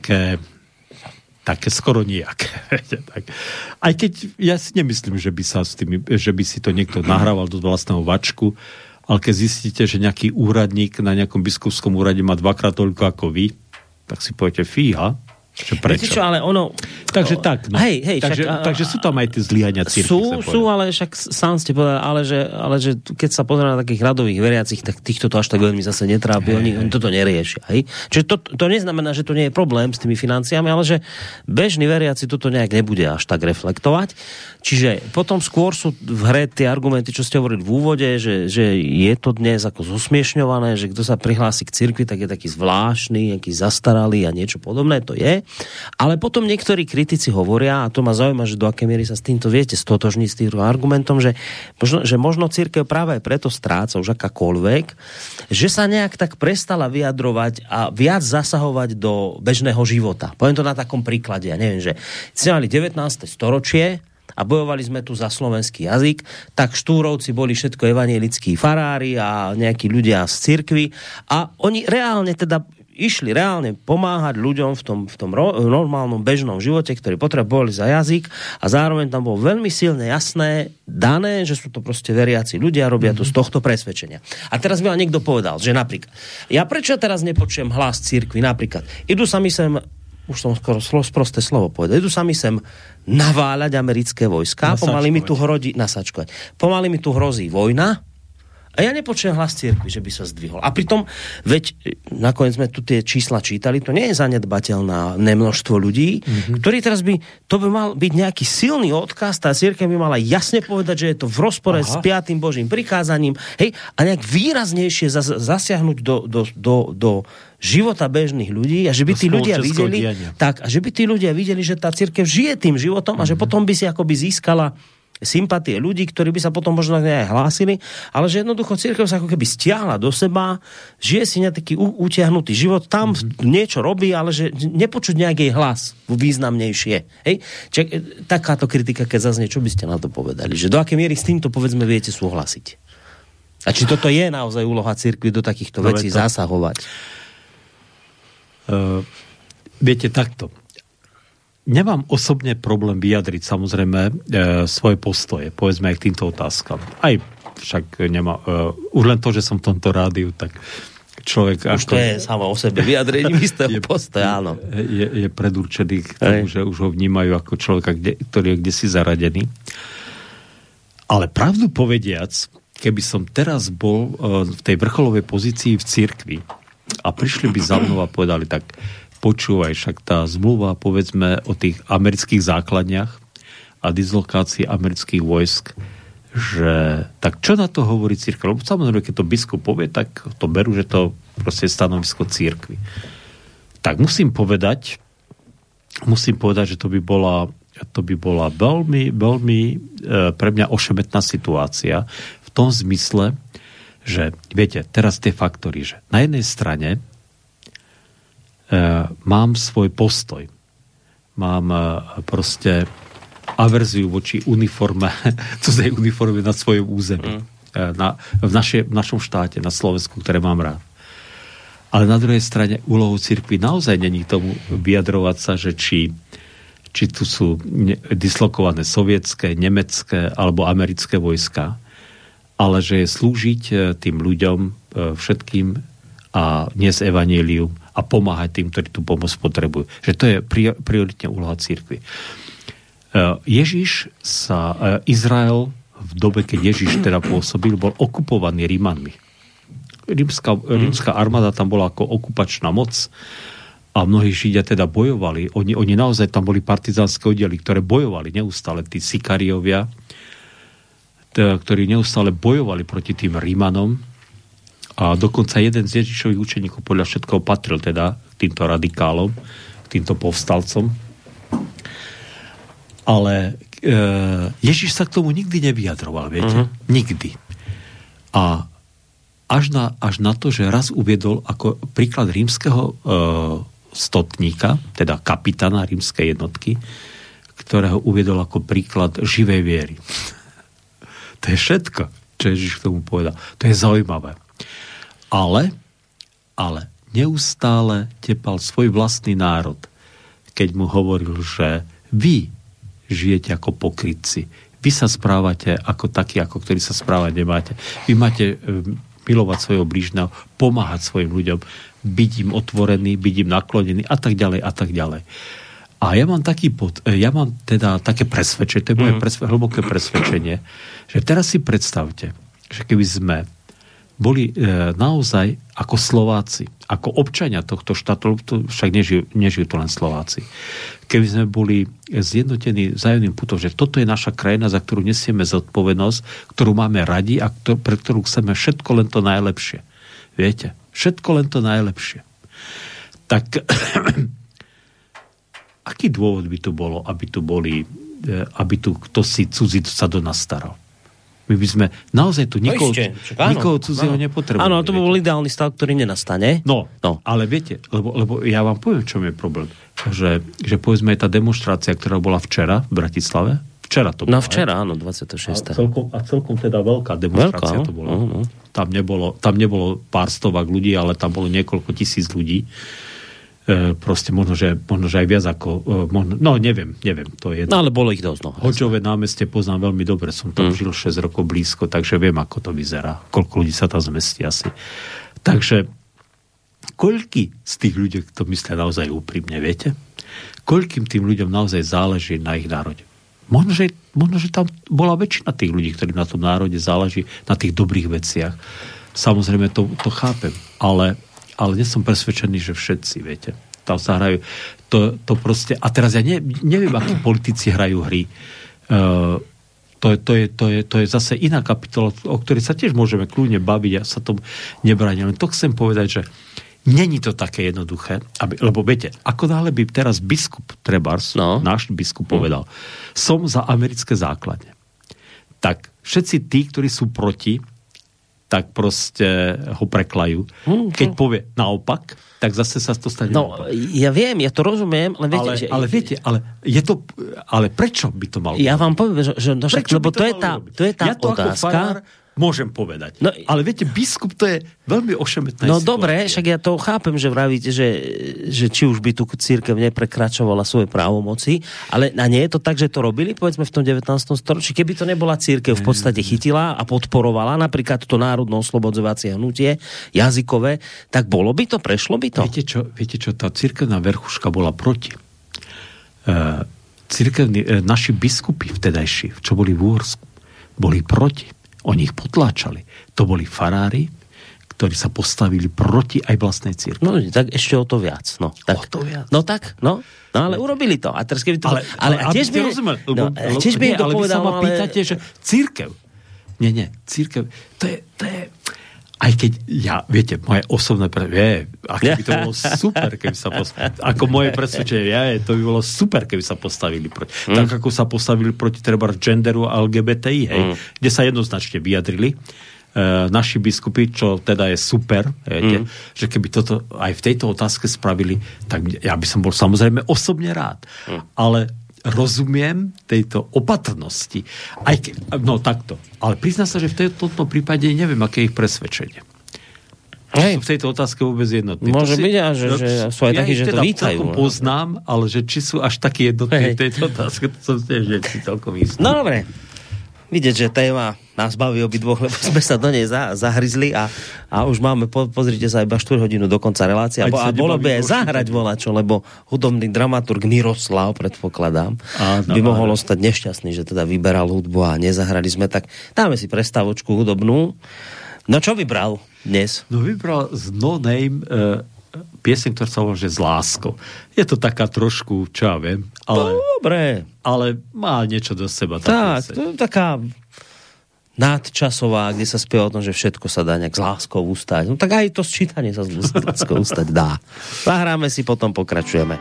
také skoro nejaké. Tak. Aj keď ja si nemyslím, že by si to niekto nahrával do vlastného vačku, ale keď zistíte, že nejaký úradník na nejakom biskupskom úrade má 2-krát toľko ako vy, tak si poviete, fíha, že prečo? Viete čo, ale ono... Takže tak, no. Takže sú tam aj tie zlyhania cirkvi. Sú, ale však sám ste povedali, ale že keď sa pozrieme na takých radových veriacich, tak týchto to až tak veľmi zase netrápi, oni toto neriešia. Hej? Čiže to neznamená, že to nie je problém s tými financiami, ale že bežní veriaci toto nejak nebude až tak reflektovať. Čiže potom skôr sú v hre tie argumenty, čo ste hovorili v úvode, že je to dnes ako zosmiešňované, že kto sa prihlási k cirkvi, tak je taký zvláštny, nejaký zastaralý a niečo podobné, to je. Ale potom niektorí kritici hovoria, a to ma zaujíma, že do akej miery sa s týmto viete stotožniť s tým argumentom, že možno cirkev práve preto stráca už akákoľvek, že sa nejak tak prestala vyjadrovať a viac zasahovať do bežného života. Poviem to na takom príklade, ja neviem, že sme mali 19. storočie a bojovali sme tu za slovenský jazyk, tak Štúrovci boli všetko evanielickí farári a nejakí ľudia z cirkvi a oni reálne teda išli pomáhať ľuďom v tom normálnom bežnom živote, ktorí potrebovali za jazyk a zároveň tam bolo veľmi silne jasné dané, že sú to proste veriaci ľudia, robia to z tohto presvedčenia. A teraz by vám niekto povedal, že napríklad, ja prečo teraz nepočujem hlas cirkvi, napríklad, idú sa mi sem, už som skoro sprosté slovo povedal, idú sa mi sem naváľať americké vojska, pomaly mi tu hrozí vojna, a ja nepočujem hlas cirkvi, že by sa zdvihol. A pritom, veď nakoniec sme tu tie čísla čítali, to nie je zanedbateľné množstvo ľudí, ktorí teraz to by mal byť nejaký silný odkaz, tá cirkev by mala jasne povedať, že je to v rozpore s 5. Božím prikázaním, hej, a nejak výraznejšie zasiahnuť do života bežných ľudí a že by tí ľudia videli, tak, a že by tí ľudia videli, že tá cirkev žije tým životom a že potom by si akoby získala sympatie ľudí, ktorí by sa potom možno aj hlásili, ale že jednoducho cirkev sa ako keby stiahla do seba, žije si nejaký utiahnutý život, tam niečo robí, ale že nepočuť nejaký hlas významnejšie. Hej? Čiže takáto kritika, keď zaznie, čo by ste na to povedali? Že do akej miery s týmto, povedzme, viete súhlasiť? A či toto je naozaj úloha cirkvi do takýchto vecí zasahovať? Viete, takto. Nemám osobne problém vyjadriť samozrejme svoje postoje, povedzme aj k týmto otázkam. Aj však už len to, že som v tomto rádiu, tak človek... Už to je samo o sebe vyjadrením istého postoja, áno. Je predurčený k tomu, že už ho vnímajú ako človeka, ktorý je kdesi zaradený. Ale pravdu povediac, keby som teraz bol v tej vrcholovej pozícii v cirkvi a prišli by za mnou a povedali tak... Počúvaj, však tá zmluva, povedzme, o tých amerických základniach a dislokácii amerických vojsk, že tak čo na to hovorí cirkev? Lebo samozrejme, keď to biskup povie, tak to berú, že to proste je stanovisko cirkvi. Tak musím povedať, že to by bola veľmi, veľmi pre mňa ošemetná situácia v tom zmysle, že viete, teraz tie faktory, že na jednej strane mám svoj postoj. Mám proste averziu voči uniforme, cudzej uniforme na svojom území. V našom štáte, na Slovensku, ktoré mám rád. Ale na druhej strane úlohou cirkvi naozaj není tomu vyjadrovať sa, že či tu sú dislokované sovietské, nemecké alebo americké vojska, ale že je slúžiť tým ľuďom všetkým a niesť evanjelium a pomáhať tým, ktorí tú pomoc potrebujú. Že to je prioritne úloha cirkvi. Izrael v dobe, keď Ježiš teda pôsobil, bol okupovaný Rímanmi. Rímska armáda tam bola ako okupačná moc a mnohí Židia teda bojovali. Oni naozaj tam boli partizánske oddiely, ktoré bojovali neustále, tí sikariovia, ktorí neustále bojovali proti tým Rímanom. A dokonca jeden z Ježišových učeníkov podľa všetkoho patril teda k týmto radikálom, k týmto povstalcom. Ale Ježiš sa k tomu nikdy nevyjadroval, viete? Nikdy. A až na to, že raz uviedol ako príklad rímskeho stotníka, teda kapitána rímskej jednotky, ktorého uviedol ako príklad živej viery. To je všetko, čo Ježiš k tomu povedal. To je zaujímavé. Ale neustále tepal svoj vlastný národ, keď mu hovoril, že vy žijete ako pokrytci. Vy sa správate ako takí, ako ktorí sa správať nemáte. Vy máte milovať svojho blížneho, pomáhať svojim ľuďom, byť im otvorený, byť im naklonený a tak ďalej a tak ďalej. A ja mám teda také presvedčenie, to je moje hlboké presvedčenie, že teraz si predstavte, že keby sme boli naozaj ako Slováci, ako občania tohto štátu, však nežijú to len Slováci. Keby sme boli zjednotení vzájomným putom, že toto je naša krajina, za ktorú nesieme zodpovednosť, ktorú máme radi a pre ktorú chceme všetko len to najlepšie. Viete? Všetko len to najlepšie. Tak aký dôvod by tu bolo, aby tu kto si cudzí sa do nás staral? My by sme naozaj tu nikoho cudzieho nepotrebovali. Áno, to by bol ideálny stav, ktorý nenastane. No. Ale viete, lebo ja vám poviem, čo je problém. Že povedzme tá demonštrácia, ktorá bola včera v Bratislave. Včera to bola. Včera, áno, 26. A celkom teda veľká demonštrácia to bola. No. Tam nebolo pár stovák ľudí, ale tam bolo niekoľko tisíc ľudí. Proste možno, že aj viac ako... neviem, to je... No, ale bolo ich dosť, no. Hodžové námestie poznám veľmi dobre, som tam žil 6 rokov blízko, takže viem, ako to vyzerá. Koľko ľudí sa tam zmestí asi. Takže, koľký z tých ľudí to myslia naozaj úprimne, viete? Koľkým tým ľuďom naozaj záleží na ich národe? Možno, že tam bola väčšina tých ľudí, ktorí na tom národe záleží, na tých dobrých veciach. Samozrejme, to chápem, ale nie som presvedčený, že všetci, viete. Tam sa hrajú to proste... A teraz ja neviem, akí politici hrajú hry. To je zase iná kapitola, o ktorej sa tiež môžeme kľudne baviť a sa tomu nebrániť. Len to chcem povedať, že není to také jednoduché, lebo viete, ako náhle by teraz biskup Trebárs, náš biskup povedal, som za americké základne. Tak všetci tí, ktorí sú proti, tak proste ho preklajú. Keď povie naopak, tak zase sa to stane. No, ja viem, ja to rozumiem, ale viete... Ale prečo by to malo? Ja vám poviem, že lebo to je tá ja to otázka. Ako farár môžem povedať. No, ale viete, biskup to je veľmi ošemetná situácia. situácia. Dobre, však ja to chápem, že vravíte, že či už by tu cirkev neprekračovala svoje právomoci, ale nie je to tak, že to robili, povedzme, v tom 19. storočí. Keby to nebola cirkev v podstate chytila a podporovala napríklad to národno oslobodzovacie hnutie jazykové, tak bolo by to, prešlo by to? Viete čo, tá cirkevná verchuška bola proti. Naši biskupy vtedajší, čo boli v Úhorsku, boli proti. Oni ich potláčali. To boli farári, ktorí sa postavili proti aj vlastnej cirkvi. No, tak ešte o to viac. No, tak. O to viac. No tak, no ale urobili to. A teraz keby to... Ale tiež by... Tiež by to povedal, ale vy sa ma pýtate, že cirkev. Nie, cirkev. To je... Aj keď viete, moje osobné aké by to bolo super, keby sa postavili. Ako moje presvedčenie, to by bolo super, keby sa postavili proti. Tak ako sa postavili proti treba genderu a LGBTI, kde sa jednoznačne vyjadrili naši biskupy, čo teda je super, viete, že keby toto aj v tejto otázke spravili, tak ja by som bol samozrejme osobne rád. Ale rozumiem tejto opatrnosti. Takto. Ale prizná sa, že v tomto prípade neviem, aké je ich presvedčenie. V tejto otázke vôbec jednotní. Môže byť, že sú aj takí, že to vítajú. Ja poznám, ale že či sú až takí jednotní v tejto otázke, to som tiež celkom istý. No dobre. Vidieť, že téma nás baví obidvoch, lebo sme sa do nej zahryzli a už máme, pozrite sa, iba 4 hodinu do konca relácie. A bolo by aj zahrať volačo, lebo hudobný dramaturg Miroslav, predpokladám, by mohol ostať nešťastný, že teda vyberal hudbu a nezahrali sme, tak dáme si prestávočku hudobnú. No čo vybral dnes? No vybral z No Name pieseň, ktorá sa volá, že S láskou. Je to taká trošku, čo ja viem, ale... Dobre. Ale má niečo do seba. Tak, to je taká nadčasová, kde sa spieva o tom, že všetko sa dá nejak s láskou ustať. No tak aj to sčítanie sa s láskou ustať dá. Zahráme si, potom pokračujeme.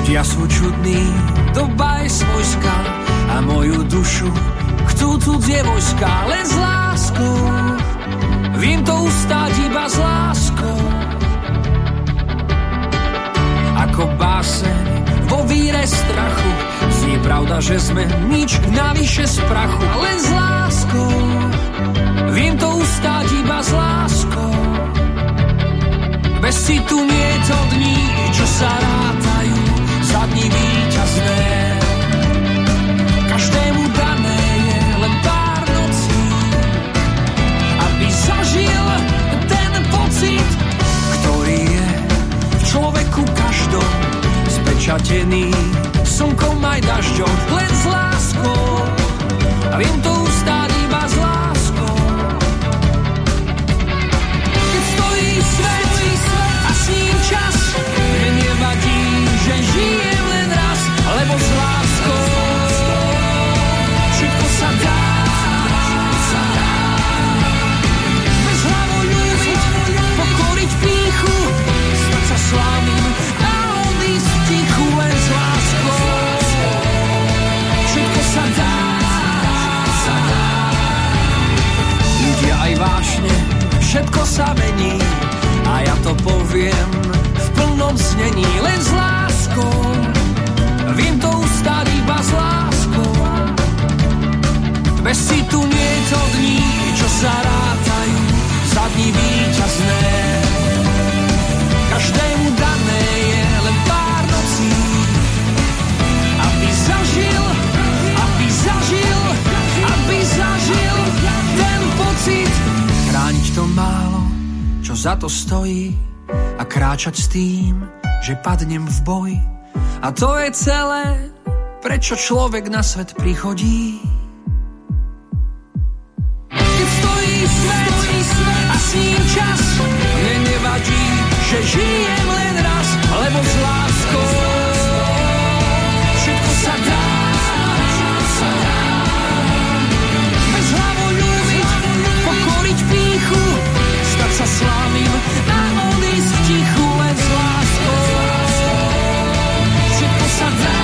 Ľudia sú čudní, doba je svojská a moju dušu chcú cudzie vojska, len s láskou. Viem to ustáť iba s láskou. Ako báseň vo víre strachu, znie pravda, že sme nič navyše z prachu, len s láskou. Viem to ustáť iba s láskou. Bez citu nie je to dní, čo sa rátajú za dní víťazné. Každému dané je len pár nocí, aby zažil ten pocit, ktorý je v človeku každom spečatený slnkom aj dažďom, len s láskou. A viem to ustáť iba s láskou. Keď stojí svet a s ním čas, mne nevadí, že žijem len raz, lebo s láskou všetko sa dá. Bez hlavoľúbiť, pokoriť pýchu, stať sa slávnym a odísť v tichu, len s láskou všetko sa dá. Ľudia aj vášne, všetko sa mení a ja to poviem v plnom znení, len s láskou. Viem to ustáť iba s láskou. Bez citu nie je to dní, čo sa rátajú za dní víťazné. Každému dané je len pár nocí, aby zažil ten pocit. Chrániť to málo, čo za to stojí, a kráčať s tým, že padnem v boji. A to je celé, prečo človek na svet prichodí. Keď stojí svet a s ním čas, mne nevadí, že žijem len raz, lebo s láskou všetko sa dá. Bez hlavoľúbiť, pokoriť pýchu, stať sa slávnym a odísť v tichu, len s láskou všetko sa dá.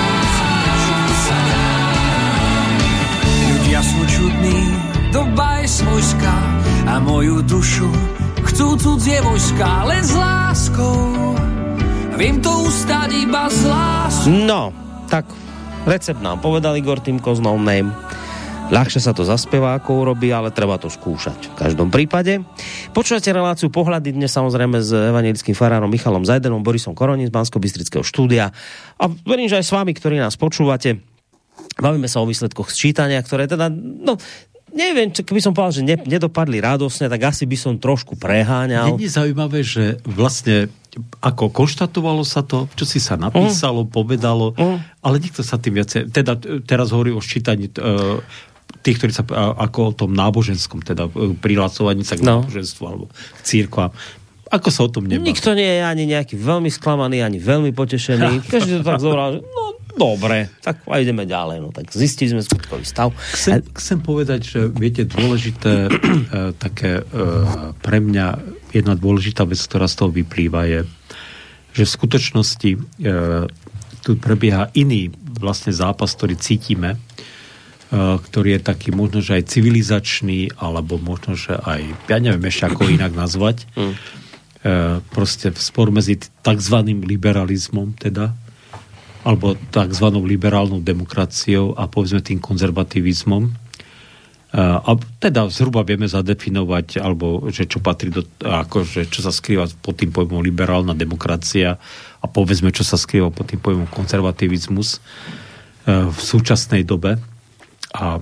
Ľudia sú čudní, doba je svojská a moju dušu chcú cudzie vojska, len s láskou. Viem to ustáť iba s láskou. No, tak recept nám povedal Igor Týmko z No Name. Ľahšie sa to zaspieva, ako urobí, ale treba to skúšať v každom prípade. Počúvate reláciu Pohľady dnes samozrejme s evanjelickým farárom Michalom Zajdenom, Borisom Koroním z Banskobystrického štúdia. A verím, že aj s vami, ktorí nás počúvate, bavíme sa o výsledkoch sčítania, ktoré teda, no, neviem, keby som povedal, že nedopadli radosne, tak asi by som trošku preháňal. Nie je zaujímavé, že vlastne ako konštatovalo sa to, čo si sa napísalo, povedalo, ale nikto sa tým viacej, teda teraz hovorí o sčítaní tých, ktorí sa ako o tom náboženskom, teda prihlasovaní sa k náboženstvu alebo k cirkvám. Ako sa o tom nebá? Nikto nie je ani nejaký veľmi sklamaný, ani veľmi potešený. Každý to tak zobral, že no dobre, tak a ideme ďalej. No tak zistili sme skutkový stav. Chcem povedať, že viete, dôležité také pre mňa jedna dôležitá vec, ktorá z toho vyplýva, je, že v skutočnosti tu prebieha iný vlastne zápas, ktorý cítime, ktorý je taký možno, že aj civilizačný, alebo možno, že aj, ja neviem ešte ako inak nazvať, proste spor medzi takzvaným liberalizmom teda, alebo takzvanou liberálnou demokraciou a povedzme tým konzervativizmom. A teda zhruba vieme zadefinovať, alebo že čo patrí do, akože čo sa skrýva pod tým pojmom liberálna demokracia a povedzme, čo sa skrýva pod tým pojmom konzervativizmus v súčasnej dobe. A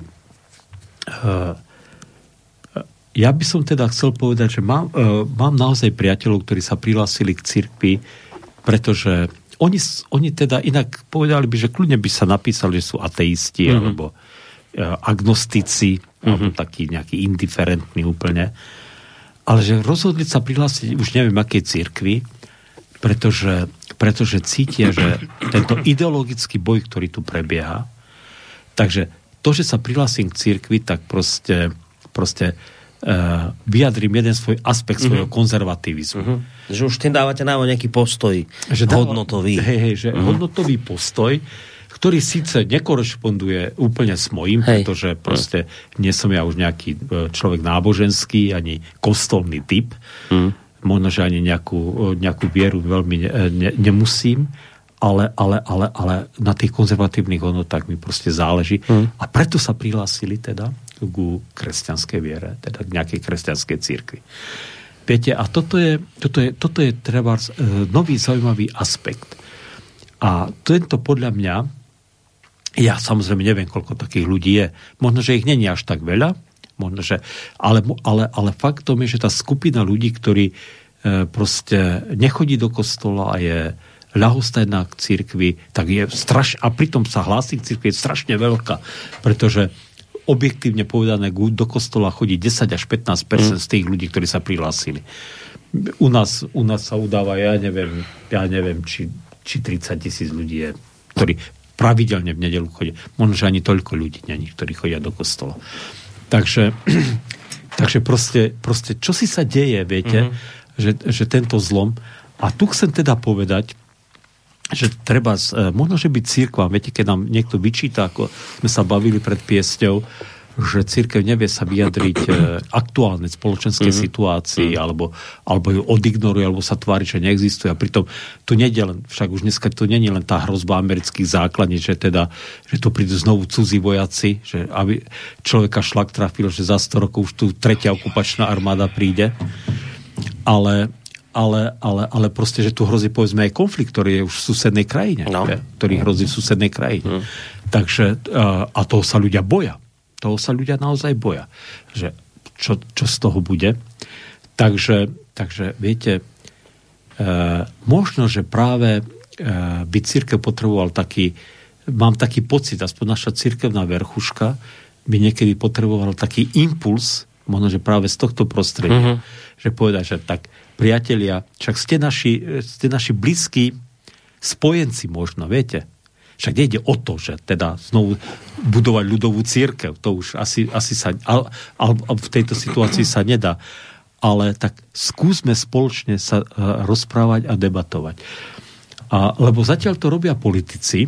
ja by som teda chcel povedať, že mám naozaj priateľov, ktorí sa prihlásili k cirkvi, pretože oni teda inak povedali by, že kľudne by sa napísali, že sú ateisti alebo agnostici, alebo taký nejaký indiferentný úplne. Ale že rozhodli sa prihlásiť už neviem akej cirkvi, pretože cítia, že tento ideologický boj, ktorý tu prebieha, takže to, že sa prihlásim k cirkvi, tak proste vyjadrím jeden svoj aspekt svojho konzervativizmu. Že už tým dávate nám nejaký postoj hodnotový. Že hodnotový postoj, ktorý síce nekorešponduje úplne s mojím, pretože proste nie som ja už nejaký človek náboženský, ani kostolný typ. Možno, že ani nejakú vieru veľmi nemusím, ale na tých konzervatívnych hodnotách mi proste záleží. A preto sa prihlásili teda ku kresťanskej viere, teda k nejakej kresťanskej cirkvi. Viete, a toto je treba nový zaujímavý aspekt. A tento podľa mňa, ja samozrejme neviem, koľko takých ľudí je. Možno, že ich není až tak veľa, možno, že, ale faktom je, že tá skupina ľudí, ktorí proste nechodí do kostola a je ľahostajná k cirkvi, tak je a pritom sa hlási k cirkvi, je strašne veľká, pretože objektívne povedané do kostola chodí 10 až 15% z tých ľudí, ktorí sa prihlásili. U nás sa udáva, ja neviem, či 30 000 ľudí je, ktorí pravidelne v nedeľu chodia. Možno, že ani toľko ľudí není, ktorí chodia do kostola. Takže proste čo si sa deje, viete, že tento zlom. A tu chcem teda povedať, že treba, možno, že byť cirkva, viete, keď nám niekto vyčíta, ako sme sa bavili pred piesťou, že cirkev nevie sa vyjadriť aktuálnej spoločenskej situácii, alebo ju odignoruje, alebo sa tvári, že neexistuje. A pritom tu nejde len, však už dneska to nie je len tá hrozba amerických základní, že tu prídu znovu cudzí vojaci, že aby človeka šlak trafil, že za 100 rokov už tu tretia okupačná armáda príde. Ale proste, že tu hrozí, povedzme, aj konflikt, ktorý je už v susednej krajine. No. Ktorý hrozí v susednej krajine. Takže, a toho sa ľudia boja. Toho sa ľudia naozaj boja. Že čo z toho bude. Takže viete, možno, že práve by cirkev potreboval mám taký pocit, aspoň naša cirkevná verchuška by niekedy potrebovala taký impuls, možno, že práve z tohto prostredia, že povedať, že tak, priatelia, však ste naši blízki spojenci možno, viete. Však nejde o to, že teda znovu budovať ľudovú cirkev, to už asi sa, v tejto situácii sa nedá. Ale tak skúsme spoločne sa rozprávať a debatovať. Lebo zatiaľ to robia politici,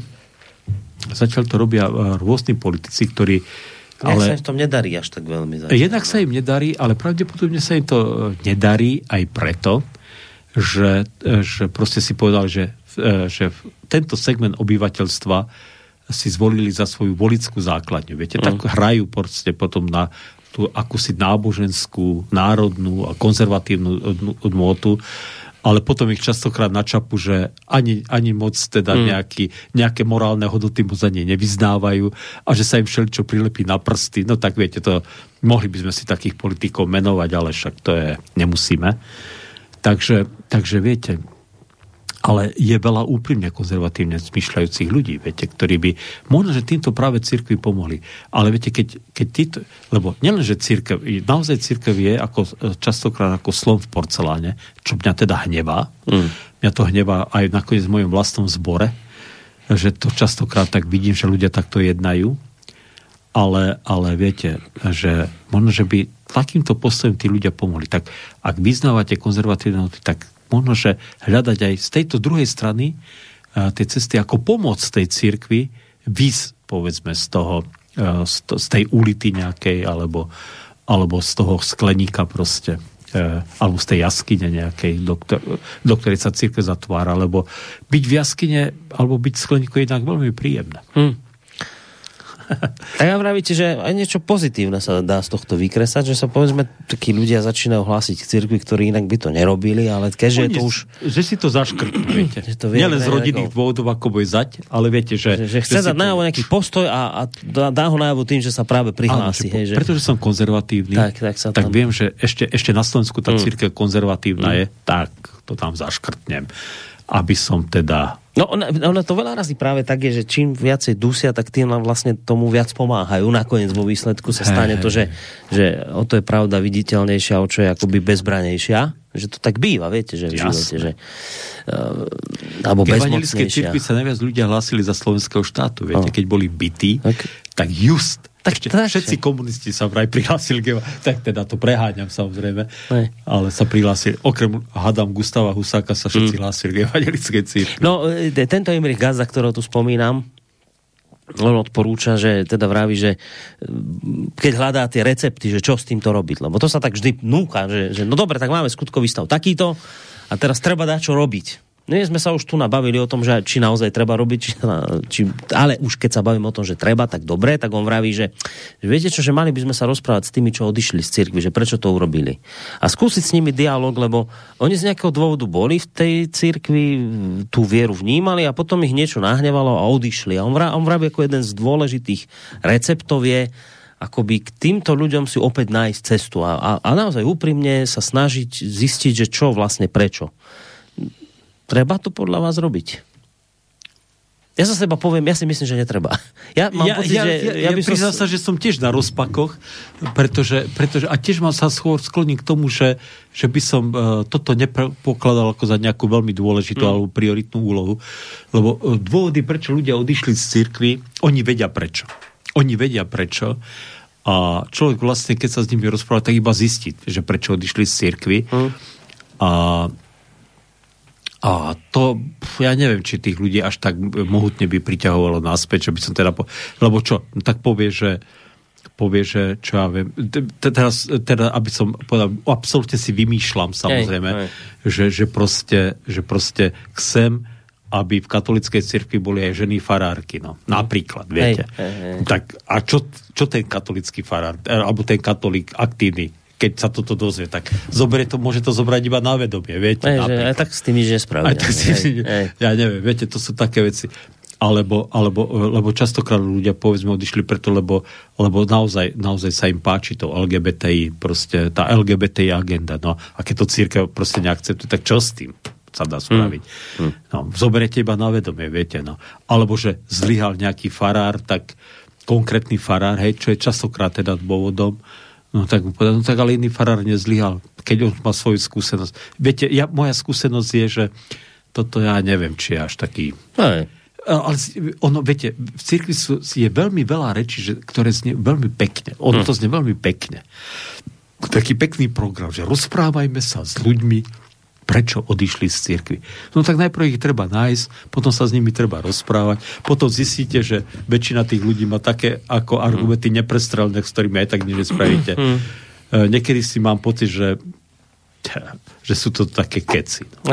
rôzni politici, ktorí ale sa im v tom nedarí až tak veľmi. Jednak sa im nedarí, ale pravdepodobne sa im to nedarí aj preto, že proste si povedal, že tento segment obyvateľstva si zvolili za svoju volickú základňu. Viete, tak hrajú proste potom na tú akúsi náboženskú, národnú a konzervatívnu odmotu, ale potom ich častokrát načapu, že ani moc teda nejaké morálne hodnoty moc za nej nevyznávajú a že sa im všeličo prilepí na prsty. No tak viete, to mohli by sme si takých politikov menovať, ale však to nemusíme. Takže viete, ale je veľa úprimne konzervatívne zmýšľajúcich ľudí, viete, ktorí by možno, že týmto práve cirkvi pomohli. Ale viete, keď títo, lebo nielen, že naozaj cirkev je častokrát ako slon v porceláne, čo mňa teda hnevá. Mňa to hnevá aj nakoniec v mojom vlastnom zbore, že to častokrát tak vidím, že ľudia takto jednajú. Ale viete, že možno, že by takýmto postojom tí ľudia pomohli. Tak ak vyznávate konzervatívne, tak možno, že hľadať aj z tejto druhej strany tie cesty, ako pomôcť tej cirkvi povedzme, z tej ulity nejakej, alebo z toho skleníka proste, alebo z tej jaskyne nejakej, do ktorej sa cirkev zatvára, lebo byť v jaskyne, alebo byť v skleníku je inak veľmi príjemné. Tak ja vravíte, že aj niečo pozitívne sa dá z tohto vykresať, že sa povedzme takí ľudia začínajú hlásiť k cirkvi, ktorí inak by to nerobili, ale keďže je to už... Že si to zaškrtnú, viete. Nielen z rodinných dôvodov, ako boj zať, ale viete, že chce dať najavo nejaký postoj a dá ho najavo tým, že sa práve prihlási. Áno, pretože som konzervatívny, tak viem, že ešte na Slovensku tá cirkev konzervatívna je, tak to tam zaškrtnem, aby som teda... No, ono to veľa razy práve tak je, že čím viacej dusia, tak tým nám vlastne tomu viac pomáhajú. Nakoniec vo výsledku sa stane to, že o to je pravda viditeľnejšia, o čo je akoby bezbranejšia. Že to tak býva, viete, že v živote, že alebo bezmocnejšia. K evanjelickej cirkvi sa najviac ľudia hlásili za slovenského štátu. Viete, keď boli bití, tak just Tak všetci komunisti sa vraj prihlásili, tak teda to preháňam samozrejme, ale sa prihlásili, okrem hádam Gustava Husáka sa všetci hlásili k evangelickej cirkvi. No, tento Imrich Gazda, ktorého tu spomínam, on odporúča, že teda vraví, že keď hľadá tie recepty, že čo s týmto robiť, lebo to sa tak vždy núka, že no dobre, tak máme skutkový stav takýto a teraz treba dať čo robiť. Nie sme sa už tu nabavili o tom, že či naozaj treba robiť, ale už keď sa bavíme o tom, že treba, tak dobre, tak on vraví, že viete čo, že mali by sme sa rozprávať s tými, čo odišli z cirkvi, že prečo to urobili. A skúsiť s nimi dialog, lebo oni z nejakého dôvodu boli v tej cirkvi, tú vieru vnímali a potom ich niečo nahnevalo a odišli. A on vraví ako jeden z dôležitých receptov je akoby k týmto ľuďom si opäť nájsť cestu a naozaj úprimne sa snažiť zistiť, že čo vlastne prečo. Treba to podľa vás robiť? Ja za seba poviem, ja si myslím, že netreba. Ja mám pocit, že... Ja priznám sa, že som tiež na rozpakoch, pretože a tiež mám sa skôr skloním k tomu, že by som toto nepokladal ako za nejakú veľmi dôležitú alebo prioritnú úlohu, lebo dôvody, prečo ľudia odišli z cirkvi, oni vedia prečo. A človek vlastne, keď sa s nimi rozpráva, tak iba zistí, že prečo odišli z cirkvi. A to, ja neviem, či tých ľudí až tak mohutne by priťahovalo naspäť, že by som teda... Lebo čo? Tak povie, že čo ja viem... Teraz, aby som povedal, absolútne si vymýšľam, samozrejme, že proste chcem, aby v katolíckej cirkvi boli aj ženy farárky, no. Napríklad, viete. Tak, a čo ten katolícky farár, alebo ten katolík aktívny, keď sa toto dozvie, tak môže to zobrať iba na vedomie, viete. Aj tak s tým nič nespraví. Ja neviem, viete, to sú také veci. Lebo častokrát ľudia, povedzme, odišli preto, lebo naozaj sa im páči to LGBTI, proste tá LGBTI agenda, no. A keď to cirkev proste neakceptuje, tak čo s tým sa dá spraviť? No, zoberiete iba na vedomie, viete, no. Alebo že zlyhal nejaký farár, tak konkrétny farár, hej, čo je častokrát teda dôvodom. No tak mu povedal, no tak ale iný farár nezlyhal, keď on má svoju skúsenosť. Viete, moja skúsenosť je, že toto ja neviem, či je až taký... Ale ono, viete, v cirkvi je veľmi veľa rečí, ktoré znie veľmi pekne. Ono to znie veľmi pekne. Taký pekný program, že rozprávajme sa s ľuďmi, prečo odišli z cirkvi. No tak najprv ich treba nájsť, potom sa s nimi treba rozprávať, potom zistíte, že väčšina tých ľudí má také ako argumenty neprestrelné, s ktorými aj tak nič nespravíte. Niekedy si mám pocit, že sú to také keci. No.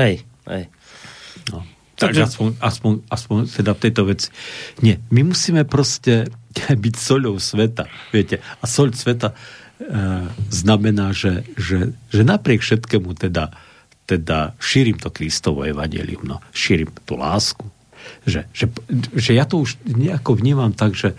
No. Takže aspoň teda v tejto veci. Nie, my musíme proste byť soľou sveta. Viete? A soľ sveta znamená, že napriek všetkému teda šírim to Kristovo evanjelium, no, šírim tú lásku. Že ja to už nejako vnímam tak, že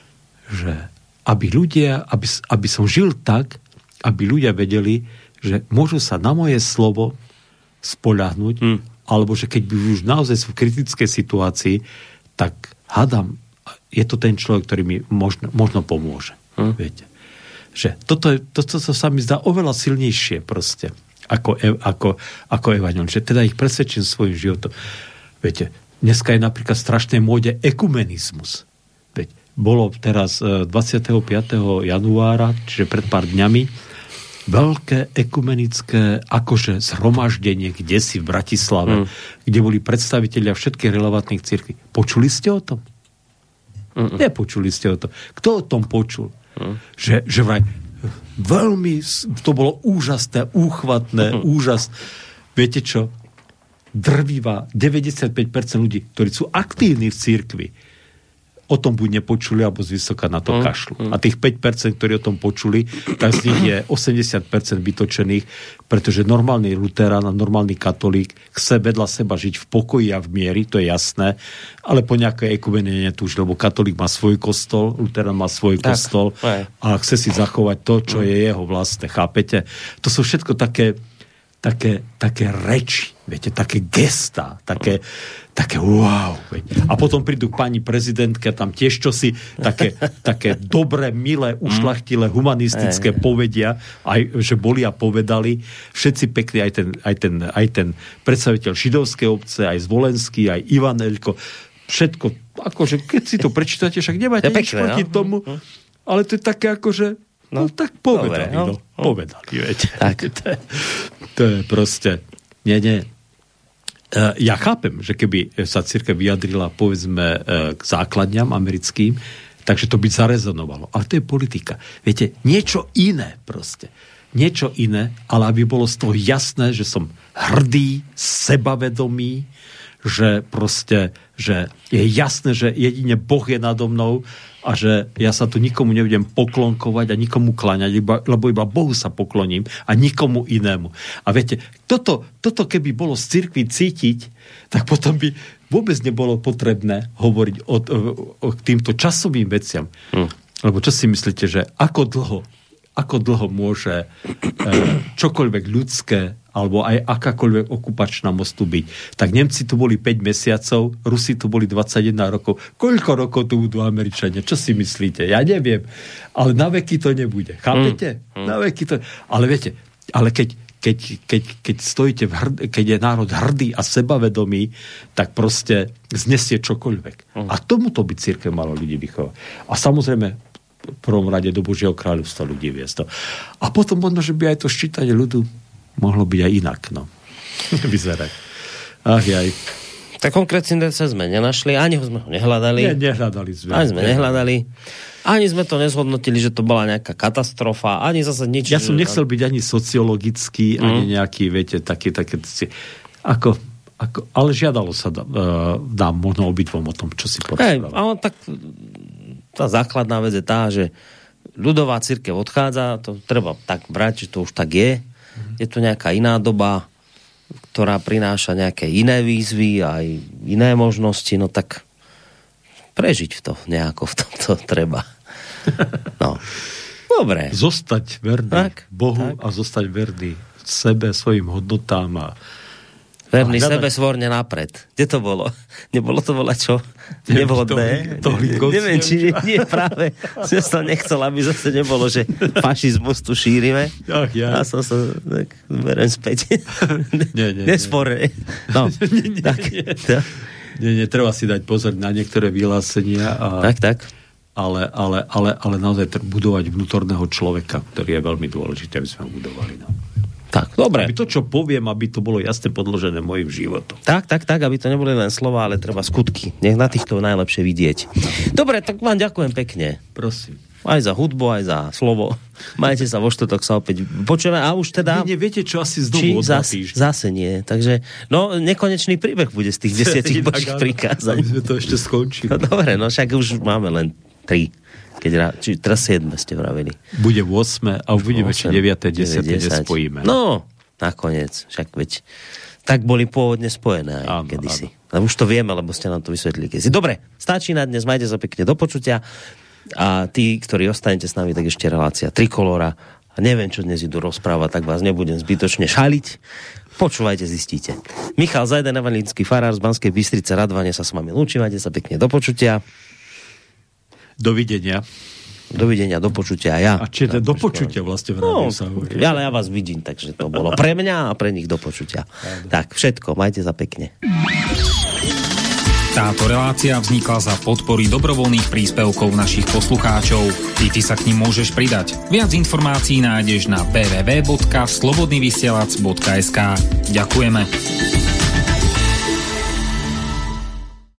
aby ľudia, aby som žil tak, aby ľudia vedeli, že môžu sa na moje slovo spoľahnúť, alebo že keď by už naozaj sú v kritickej situácii, tak hádam, je to ten človek, ktorý mi možno pomôže. Viete? Že toto sa mi zdá oveľa silnejšie proste ako evanjelium. Že teda ich presvedčím svojím životom. Viete, dneska je napríklad strašné móde ekumenizmus. Veď bolo teraz 25. januára, čiže pred pár dňami, veľké ekumenické akože zhromaždenie kdesi v Bratislave, kde boli predstavitelia všetkých relevantných cirkví. Počuli ste o tom? Nepočuli ste o tom. Kto o tom počul? Že vraj veľmi, to bolo úžasné, úchvatné, úžas. Viete čo? Drvivá 95% ľudí, ktorí sú aktívni v cirkvi, o tom buď nepočuli, alebo zvysoka na to kašľú. A tých 5%, ktorí o tom počuli, tak z nich je 80% vytočených, pretože normálny luterán a normálny katolík chce vedľa seba žiť v pokoji a v miery, to je jasné, ale po nejakej ekumene netúži, lebo katolík má svoj kostol, luterán má svoj kostol a chce si zachovať to, čo je jeho vlastné. Chápete? To sú všetko také reči, viete, také gestá, také wow. Viete. A potom prídu k pani prezidentke, tam tiež čosi také dobré, milé, ušľachtilé, humanistické povedia, aj, že boli a povedali. Všetci pekní, aj ten predstaviteľ židovskej obce, aj Zvolenský, aj Ivan Elko, všetko, akože keď si to prečítate, však nemáte nič proti tomu. ale to je také ako, že no tak povedali, dobre, povedali, viete. Tak. To je proste, nie. Ja chápem, že keby sa cirkev vyjadrila, povedzme, k základňam americkým, takže to by zarezonovalo. Ale to je politika. Viete, niečo iné proste. Niečo iné, ale aby bolo z toho jasné, že som hrdý, sebavedomý, že proste, že je jasné, že jedine Boh je nado mnou a že ja sa tu nikomu nebudem poklonkovať a nikomu kláňať, lebo iba Bohu sa pokloním a nikomu inému. A viete, toto keby bolo z cirkvi cítiť, tak potom by vôbec nebolo potrebné hovoriť o týmto časovým veciam. Lebo čo si myslíte, že ako dlho môže čokoľvek ľudské alebo aj akákoľvek okupačná moc tu byť. Tak Nemci tu boli 5 mesiacov, Rusi tu boli 21 rokov. Koľko rokov tu budú Američania? Čo si myslíte? Ja neviem. Ale na veky to nebude. Chápete? Na veky to... Ale viete, ale keď stojíte keď je národ hrdý a sebavedomý, tak proste znesie čokoľvek. A tomuto by cirkev malo ľudí vychovať. A samozrejme v prvom rade do Božieho kráľovstva ľudí viesť. A potom možno, že by aj to ščítanie ľudu mohlo byť aj inak, no. Vyzerať. Ach jaj. Tak konkrétne sme nenašli, ani sme ho nehľadali. Nehľadali sme. Ani sme nehľadali. Ani sme to nezhodnotili, že to bola nejaká katastrofa, ani zase nič. Ja som nechcel byť ani sociologický, ani nejaký, viete, také ako, ale žiadalo sa nám možno obidvom o tom, čo si porozprávali. Ale tak tá základná vec je tá, že ľudová cirkev odchádza, to treba tak brať, že to už tak je. Je to nejaká iná doba, ktorá prináša nejaké iné výzvy a aj iné možnosti, no tak prežiť to nejako v tomto treba. No. Dobre. Zostať verný Bohu a zostať verný sebe, svojim hodnotám a verný sebe svorne napred. Kde to bolo? Nebolo to volať čo? Nevhodné? Neviem, či nie práve. Som to nechcel, aby zase nebolo, že fašizmus tu šírime. Ja som sa tak berem späť. Nesporne. No. Nie, treba si dať pozor na niektoré vyhlásenia. Tak. Ale naozaj budovať vnútorného človeka, ktorý je veľmi dôležitý, aby sme ho budovali. No. Tak, dobre. Aby to, čo poviem, aby to bolo jasne podložené mojim životom. Tak, aby to neboli len slova, ale treba skutky. Nech na týchto najlepšie vidieť. Dobre, tak vám ďakujem pekne. Prosím. Aj za hudbu, aj za slovo. Majte sa, vo štvrtok sa opäť počujeme a už teda... Viete čo, asi znovu zase nie. Takže, no, nekonečný príbeh bude z tých 10 božích prikázaní. Aby sme to ešte skončili. No, dobre, no však už máme len 3. Či teraz 7 ste vravili. Bude 8 a uvidíme, či 9. 10. nespojíme. No, nakoniec. Však veď tak boli pôvodne spojené aj kedysi. Ale už to vieme, lebo ste nám to vysvetlili kedysi. Dobre, stačí na dnes, majte sa pekne, do počutia. A tí, ktorí ostanete s nami, tak ešte relácia Trikolóra. A neviem, čo dnes idú rozprávať, tak vás nebudem zbytočne šaliť. Počúvajte, zistíte. Michal Zajden, evanjelický farár z Banskej Bystrice, radovane sa s vami lúči, majte sa pekne, do počutia. Dovidenia. Do počutia ja. A či do počutia vlastne v rádiu sa hovorí. Ale ja vás vidím, takže to bolo pre mňa a pre nich do počutia. Tak, všetko, majte sa pekne. Táto relácia vznikla za podpory dobrovoľných príspevkov našich poslucháčov. Ty sa k nim môžeš pridať. Viac informácií nájdeš na www.slobodnyvysielac.sk. Ďakujeme.